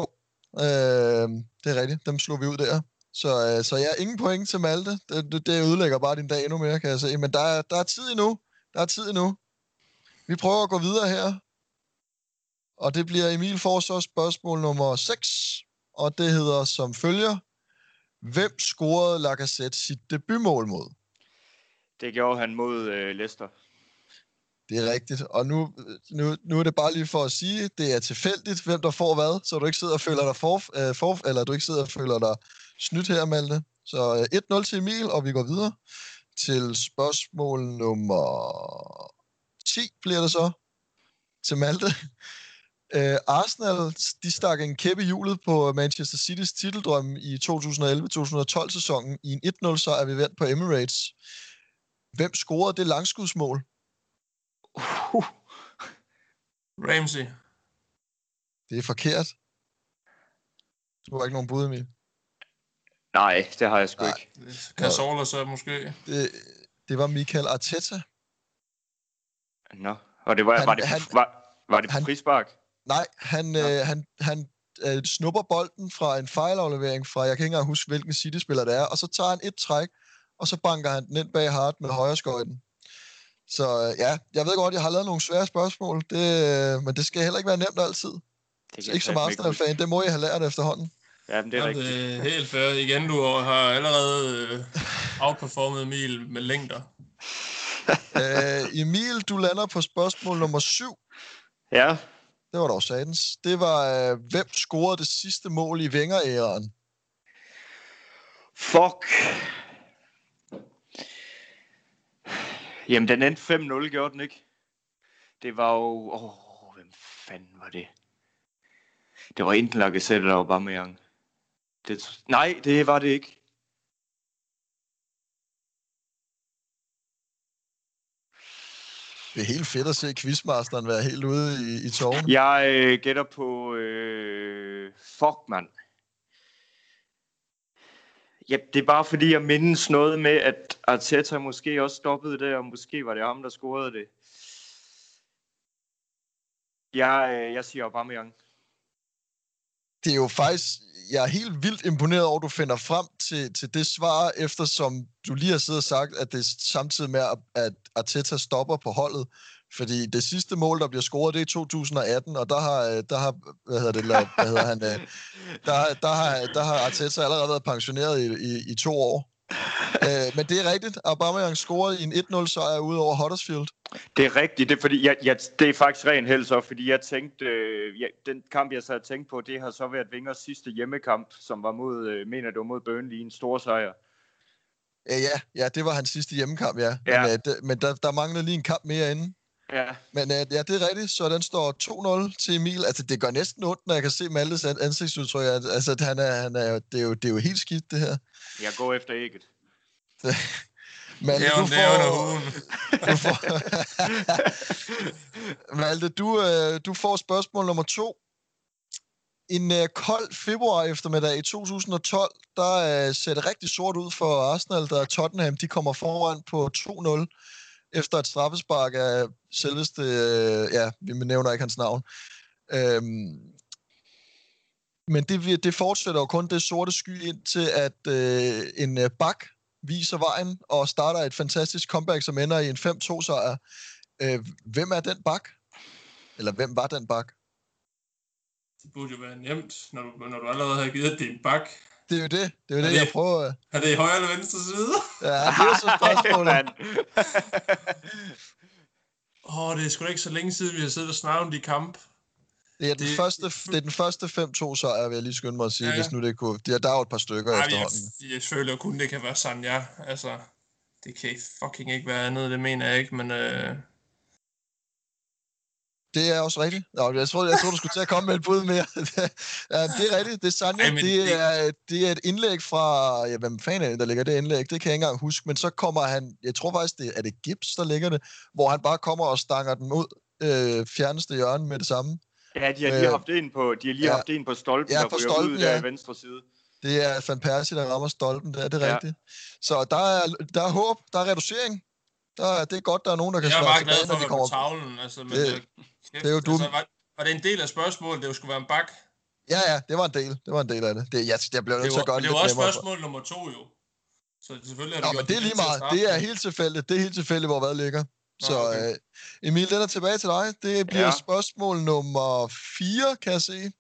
Det er rigtigt. Dem slog vi ud der. Så jeg har ingen point til Malte. Det ødelægger bare din dag endnu mere, kan jeg se. Men der er tid endnu. Vi prøver at gå videre her. Og det bliver Emil får så spørgsmål nummer 6. Og det hedder som følger. Hvem scorede Lacazette sit debutmål mod? Det gjorde han mod Leicester. Det er rigtigt. Og nu er det bare lige for at sige, det er tilfældigt, hvem der får hvad, så du ikke sidder og føler dig eller du ikke sidder og føler dig snydt her, Malte. Så 1-0 til Emil, og vi går videre til spørgsmål nummer 10, bliver det så, til Malte. Arsenal, de stak en kæppe i hjulet på Manchester City's titeldrøm i 2011-2012-sæsonen. I en 1-0 sejr vi vandt på Emirates. Hvem scorede det langskudsmål? Ramsey. Det er forkert. Du har ikke nogen bud, Emil? Nej, det har jeg sgu ikke. Cazorla så måske. Det var Mikel Arteta. Nå, og det var det på frispark? Nej, han snupper bolden fra en fejlaflevering fra, jeg kan ikke engang huske, hvilken City-spiller det er, og så tager han et træk, og så banker han den ind bag Hart med højreskøjten. Så ja, jeg ved godt, jeg har lavet nogle svære spørgsmål, men det skal heller ikke være nemt altid. Så ikke som Arsenal-fan, det må jeg have lært efterhånden. Ja, men det er rigtigt. Det er helt fair. Igen, du har allerede outperformet Emil med længder. Emil, du lander på spørgsmål nummer 7. Ja. Det var dog satans. Det var, hvem scorede det sidste mål i Wenger-æraen? Fuck. Jamen, den endte 5-0, gjorde den ikke? Det var jo... hvem fanden var det? Det var enten Lacazette eller Aubameyang. Nej, det var det ikke. Det er helt fedt at se quizmasteren være helt ude i tårnen. Jeg gætter på... fuck, mand. Ja, det er bare fordi, jeg mindes noget med, at Arteta måske også stoppede det, og måske var det ham, der scorede det. Jeg siger Aubameyang. det er jo faktisk... Jeg er helt vildt imponeret over, at du finder frem til det svar, eftersom du lige har siddet og sagt, at det er samtidig med, at Arteta stopper på holdet. Fordi det sidste mål, der bliver scoret, det er i 2018, og der har Arteta allerede været pensioneret i 2 år. Men det er rigtigt. Aubameyang scorede i en 1-0-sejr ude over Huddersfield. Det er rigtigt. Det er, fordi det er faktisk ren held så, fordi jeg tænkte, den kamp, jeg så havde tænkt på, det har så været Wengers sidste hjemmekamp, som var mod, mener det var mod Burnley, en stor sejr. Ja, det var hans sidste hjemmekamp, ja. Men der manglede lige en kamp mere inden. Ja. Men ja, det er rigtigt, så den står 2-0 til Emil. Altså, det gør næsten ondt, når jeg kan se Maltes ansigtsudtryk. Altså, det er jo helt skidt, det her. Jeg går efter ægget. Malte, Malte, du får spørgsmål nummer 2. En kold februar eftermiddag i 2012, der ser det rigtig sort ud for Arsenal, da Tottenham de kommer foran på 2-0 efter et straffespark af selveste, vi nævner ikke hans navn. Men det fortsætter jo kun det sorte sky ind til, at en bak viser vejen og starter et fantastisk comeback, som ender i en 5-2-sejr. Hvem er den bak? Eller hvem var den bak? Det burde jo være nemt, når du allerede har givet det en bak. Det er jo det, jeg prøver. Er det i højre eller venstre side? Ja, det er jo så spørgsmålet. Det er sgu da ikke så længe siden, vi har siddet og snakket om de kamp. Det er den første 5-2-sejr, vil jeg lige skynde mig at sige, hvis nu det kunne. Der er jo et par stykker efterhånden. Jeg føler kun, det kan være sådan, ja. Altså, det kan fucking ikke være andet, det mener jeg ikke, men... Det er også rigtigt. Jeg tror, du skulle til at komme med et bud mere. Ja, det er rigtigt. Det er Sanja. Det er et indlæg fra... hvem fanden er det, der ligger det indlæg? Det kan jeg ikke engang huske. Men så kommer han... Jeg tror faktisk, er det Gibbs, der ligger det? Hvor han bare kommer og stanger den ud fjerneste hjørne med det samme. Ja, de har lige haft en på stolpen, der ryger ud der i venstre side. Det er Van Persie, der rammer stolpen. Det er rigtigt. Så der er håb. Der er reducering. Det er godt, der er nogen, der kan svare tilbage, når de kommer på tavlen. Altså, men det er jo dumt. Altså, var det en del af spørgsmålet, det jo skulle være en bak? Ja, det var en del. Det var en del af det. Jeg blev nødt til at gøre det lidt nemmere. Det var også spørgsmål nummer 2 jo. Så selvfølgelig er det men det er lige meget. Det er helt tilfældigt. Det er helt tilfældigt, hvor hvad ligger. Så okay. Emil, den er tilbage til dig. Det bliver spørgsmål nummer 4, kan jeg se.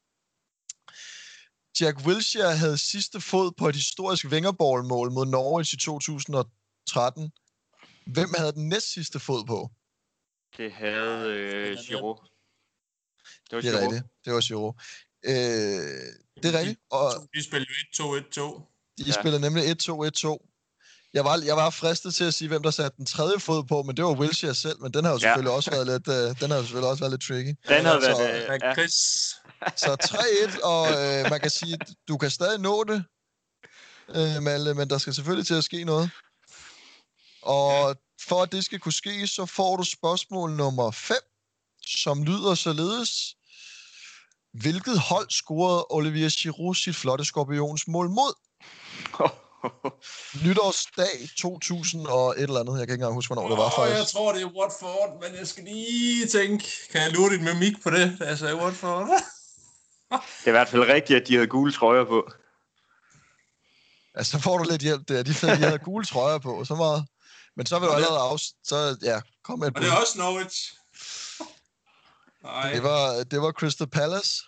Jack Wilshere havde sidste fod på et historisk Wengerball-mål mod Norwich i 2013. Hvem havde den næst sidste fod på? Det havde Giroud. Det er rigtigt. Det var Giroud. Det er rigtigt. De spillede jo 1-2-1-2. De spillede nemlig 1-2-1-2. Jeg var fristet til at sige, hvem der satte den tredje fod på, men det var Wilshere selv, men den har jo selvfølgelig også været lidt, tricky. Den havde været Chris. Så 3-1, og man kan sige, du kan stadig nå det, Malte, men der skal selvfølgelig til at ske noget. Og for at det skal kunne ske, så får du spørgsmål nummer 5, som lyder således. Hvilket hold scorede Olivier Giroud sit flotte skorpionsmål mod? Nytårsdag 2000 og et eller andet. Jeg kan ikke engang huske, hvornår det var faktisk. Jeg tror, det er Watford, men jeg skal lige tænke. Kan jeg lure dit mimik på det, da jeg sagde Watford? Det er i hvert fald rigtigt, at de havde gule trøjer på. Altså, så får du lidt hjælp der. De havde gule trøjer på, så meget. Men så vil du allerede kom med et bud. Og det er også Norwich. Nej. Det var Crystal Palace.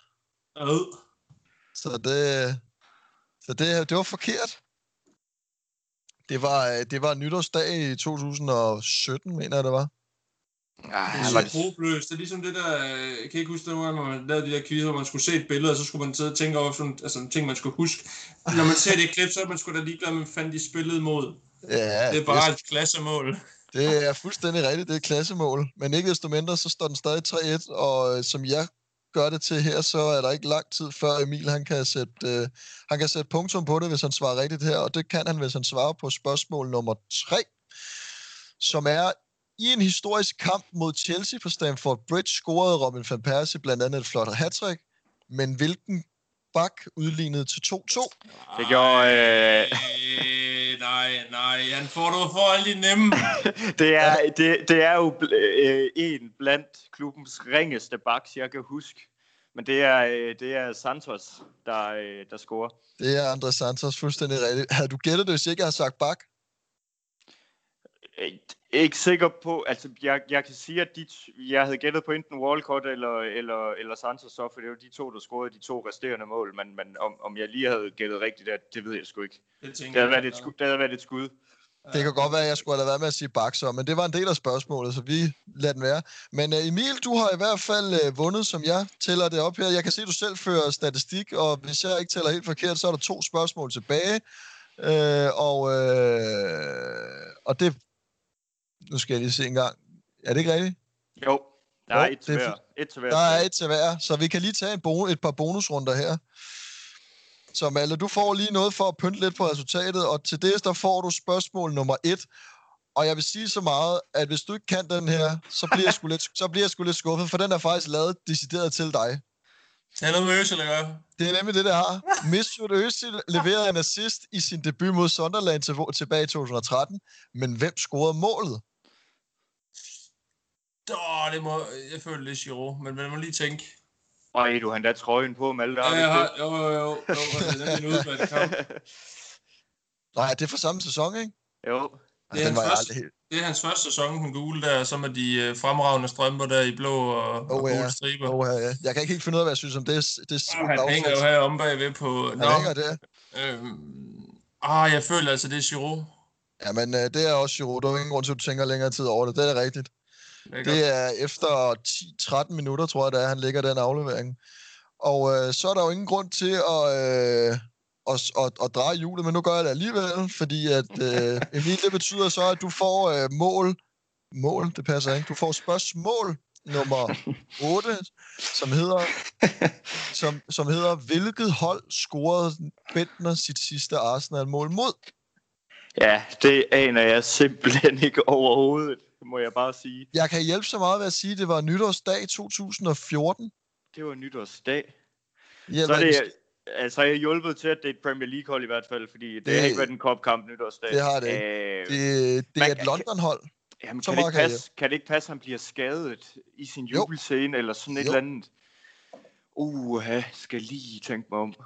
Så det var forkert. Det var nytårsdag i 2017, mener jeg, det var. Det er så håbløst. Det er ligesom det der, jeg kan ikke huske det, når man lavede de der quiz, hvor man skulle se et billede, og så skulle man sidde og tænke over sådan ting, man skulle huske. Når man ser det klip, så er man sgu da ligeglad, man fandt de spillede mod. Ja, det er bare et klassemål. Det er fuldstændig rigtigt, det er et klassemål. Men ikke desto mindre, så står den stadig 3-1, og som jeg gør det til her, så er der ikke lang tid før Emil, han kan sætte punktum på det, hvis han svarer rigtigt her, og det kan han, hvis han svarer på spørgsmål nummer 3, som er: i en historisk kamp mod Chelsea på Stamford Bridge scorede Robin van Persie blandt andet et flot hattrick, men hvilken bak udlignede til 2-2? Det gjorde... Nej, han får alle de nemme. det er jo en blandt klubbens ringeste backs, jeg kan huske. Men det er Santos, der scorer. Det er Andres Santos, fuldstændig rigtigt. Havde du gættet det, hvis ikke jeg havde sagt Bak? Ikke sikker på, altså jeg kan sige, at jeg havde gættet på enten Walcott eller Santos, så, for det var de to, der scorede de 2 resterende mål, men om jeg lige havde gættet rigtigt, det ved jeg sgu ikke. Det havde været et skud. Det kan godt være, at jeg skulle have været med at sige Bak så, men det var en del af spørgsmålet, så vi lader den være. Men Emil, du har i hvert fald vundet, som jeg tæller det op her. Jeg kan se, at du selv fører statistik, og hvis jeg ikke tæller helt forkert, så er der 2 spørgsmål tilbage. Og det... Nu skal jeg lige se en gang. Er det ikke rigtigt? Jo, der er et til hver. Der er et til hver, så vi kan lige tage et par bonusrunder her. Så Malte, du får lige noget for at pynte lidt på resultatet, og til det, der får du spørgsmål nummer 1. Og jeg vil sige så meget, at hvis du ikke kan den her, så bliver jeg sgu lidt skuffet, for den er faktisk lavet decideret til dig. Det er noget med Özil at gøre. Det er nemlig det, der har. Mesut Özil leverede en assist i sin debut mod Sunderland tilbage i 2013, men hvem scorede målet? Det må... Jeg føler lidt Giroud, men man må lige tænke. Du har endda trøjen på, Malte. Jo. Det er en udvalgt kamp. Nej, det er for samme sæson, ikke? Jo. Det er hans første sæson, den gule der, så med de fremragende strømper der i blå og gule striber. Ja. Jeg kan ikke helt finde ud af, hvad jeg synes om det. Han hænger jo her om bagved på... Han hænger der. Jeg føler altså, det er Giroud. Jamen, det er også Giroud. Der er ingen grund til, at du tænker længere tid over det. Det er rigtigt. Det er efter 10-13 minutter, tror jeg, han ligger den aflevering. Og så er der jo ingen grund til at dreje hjulet, men nu gør jeg det alligevel, fordi at Emil, det betyder så, at du får mål, det passer ikke, du får spørgsmål nummer 8, som hedder, hvilket hold scorede Bendtner sit sidste Arsenal-mål mod? Ja, det aner jeg simpelthen ikke overhovedet, må jeg bare sige. Jeg kan hjælpe så meget ved at sige, at det var nytårsdag 2014. Det var nytårsdag. Så har jeg hjulpet til, at det er et Premier League-hold i hvert fald, fordi det har ikke været en cup-kamp nytårsdag. Det har det ikke. Det er et London-hold. Jamen, kan det ikke passe, at han bliver skadet i sin jubelscene, eller sådan et eller andet? Skal lige tænke mig om.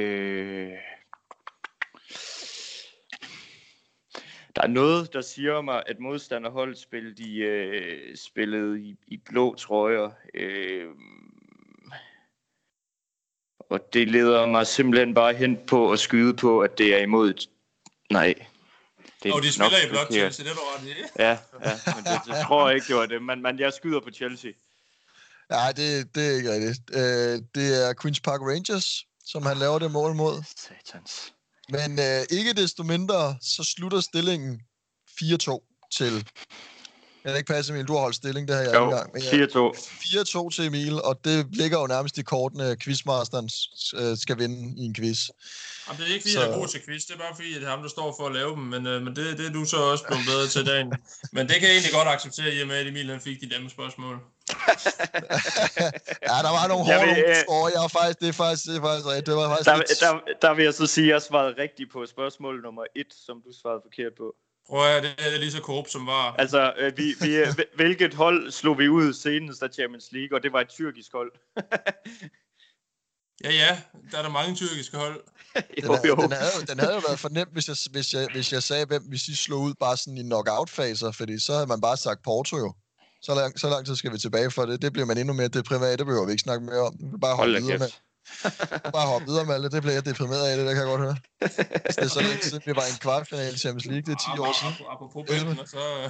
Der er noget, der siger mig, at modstanderholdet spillede i blå trøjer. Og det leder mig simpelthen bare hen på at skyde på, at det er imod... Nej. De spiller i blot Chelsea, det er du ret i. Ja, men det tror jeg ikke, det var det. Men jeg skyder på Chelsea. Nej, det er ikke rigtigt. Det er Queen's Park Rangers, som han laver det mål mod. Satans. Men ikke desto mindre, så slutter stillingen 4-2 til... Jeg kan ikke passe, Emil, du har holdt stilling, det her jeg ikke engang. 4-2 til Emil, og det ligger jo nærmest i kortene, at quizmasteren skal vinde i en quiz. Jamen, det er ikke fordi, jeg er god til quiz, det er bare fordi, det er ham, der står for at lave dem, men det er du så også blevet bedre til dagen. Men det kan jeg egentlig godt acceptere, i og med, at Emil han fik de demme spørgsmål. Ja, der var nogle hårde ord. Det er faktisk rigtigt. Det var faktisk der vil jeg så sige, at jeg svarede rigtigt på spørgsmål nummer 1, som du svarede forkert på. Prøv at det er lige så korrupt som var. Altså, hvilket hold slog vi ud senest af Champions League, og det var et tyrkisk hold. Ja, der er der mange tyrkiske hold. Den havde jo været for nemt, hvis jeg sagde, hvem vi sidst slog ud bare sådan i knockout-faser, fordi så havde man bare sagt Porto jo. Så lang tid skal vi tilbage for det. Det bliver man endnu mere deprimeret. Det behøver vi ikke snakke mere om. Bare hoppe videre med. Bare hoppe videre med det bliver jeg deprimeret af det, der kan jeg godt høre. Det er så lidt siden, vi var i en kvartfinale i Champions League, det er 10 år siden. Apropos bælten, så...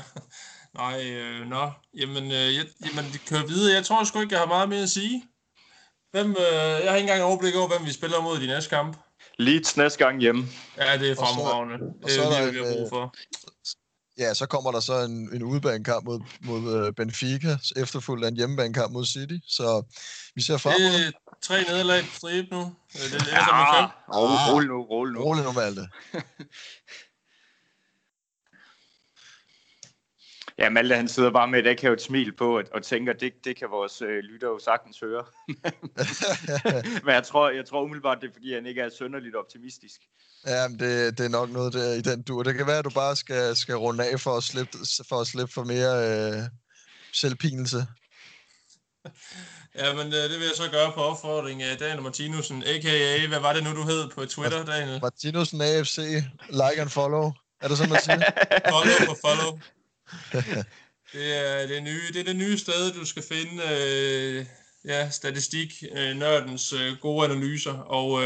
Jamen, det kører videre. Jeg tror sgu ikke, jeg har meget mere at sige. Jeg har ikke engang overblik over, hvem vi spiller mod i de næste kamp. Leeds næste gang hjemme. Ja, det er fremragende. Det er vi har brug for. Ja, så kommer der så en udebanekamp mod Benfica, efterfulgt af en hjemmebanekamp mod City, så vi ser frem mod det. 3 nederlag på stribe nu. Det er Rolig nu, Malte. Ja, Malte han sidder bare med et akavet smil på og tænker, det kan vores lytter jo sagtens høre. Men jeg tror umiddelbart, det er fordi, han ikke er synderligt optimistisk. Ja, men det er nok noget der i den dur. Det kan være, at du bare skal runde af for at slippe for mere selvpinelse. Ja, men det vil jeg så gøre på opfordring af Daniel Martinussen, a.k.a. Hvad var det nu, du hed på Twitter, Daniel? Martinussen AFC. Like and follow. Er det sådan, man siger? Follow. Det er det nye sted, du skal finde statistik, nørdens gode analyser. Og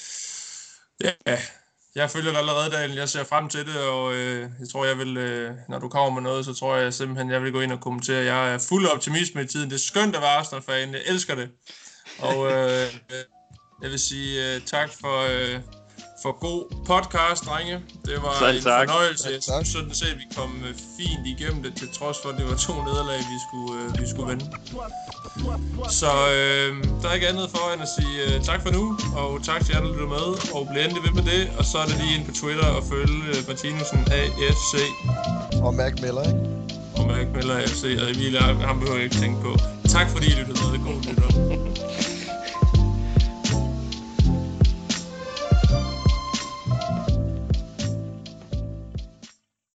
jeg følger dig allerede, Daniel. Jeg ser frem til det, og jeg tror, jeg vil, når du kommer med noget, så tror jeg simpelthen, jeg vil gå ind og kommentere. Jeg er fuld af optimisme i tiden. Det er skønt at være Arsenal-fan. Jeg elsker det. Og jeg vil sige tak for god podcast, drenge. Det var en fornøjelse. Jeg synes sådan set, at vi kom fint igennem det, til trods for, at det var 2 nederlag, vi skulle vinde. Så der er ikke andet for end at sige tak for nu, og tak til jer, der lytter med, og bliv endelig ved med det, og så er det lige ind på Twitter og følge Martinussen AFC. Og Mac Miller, ikke? Og Mac Miller AFC, og ham behøver jeg ikke tænke på. Tak fordi I lyttede med. God lytter.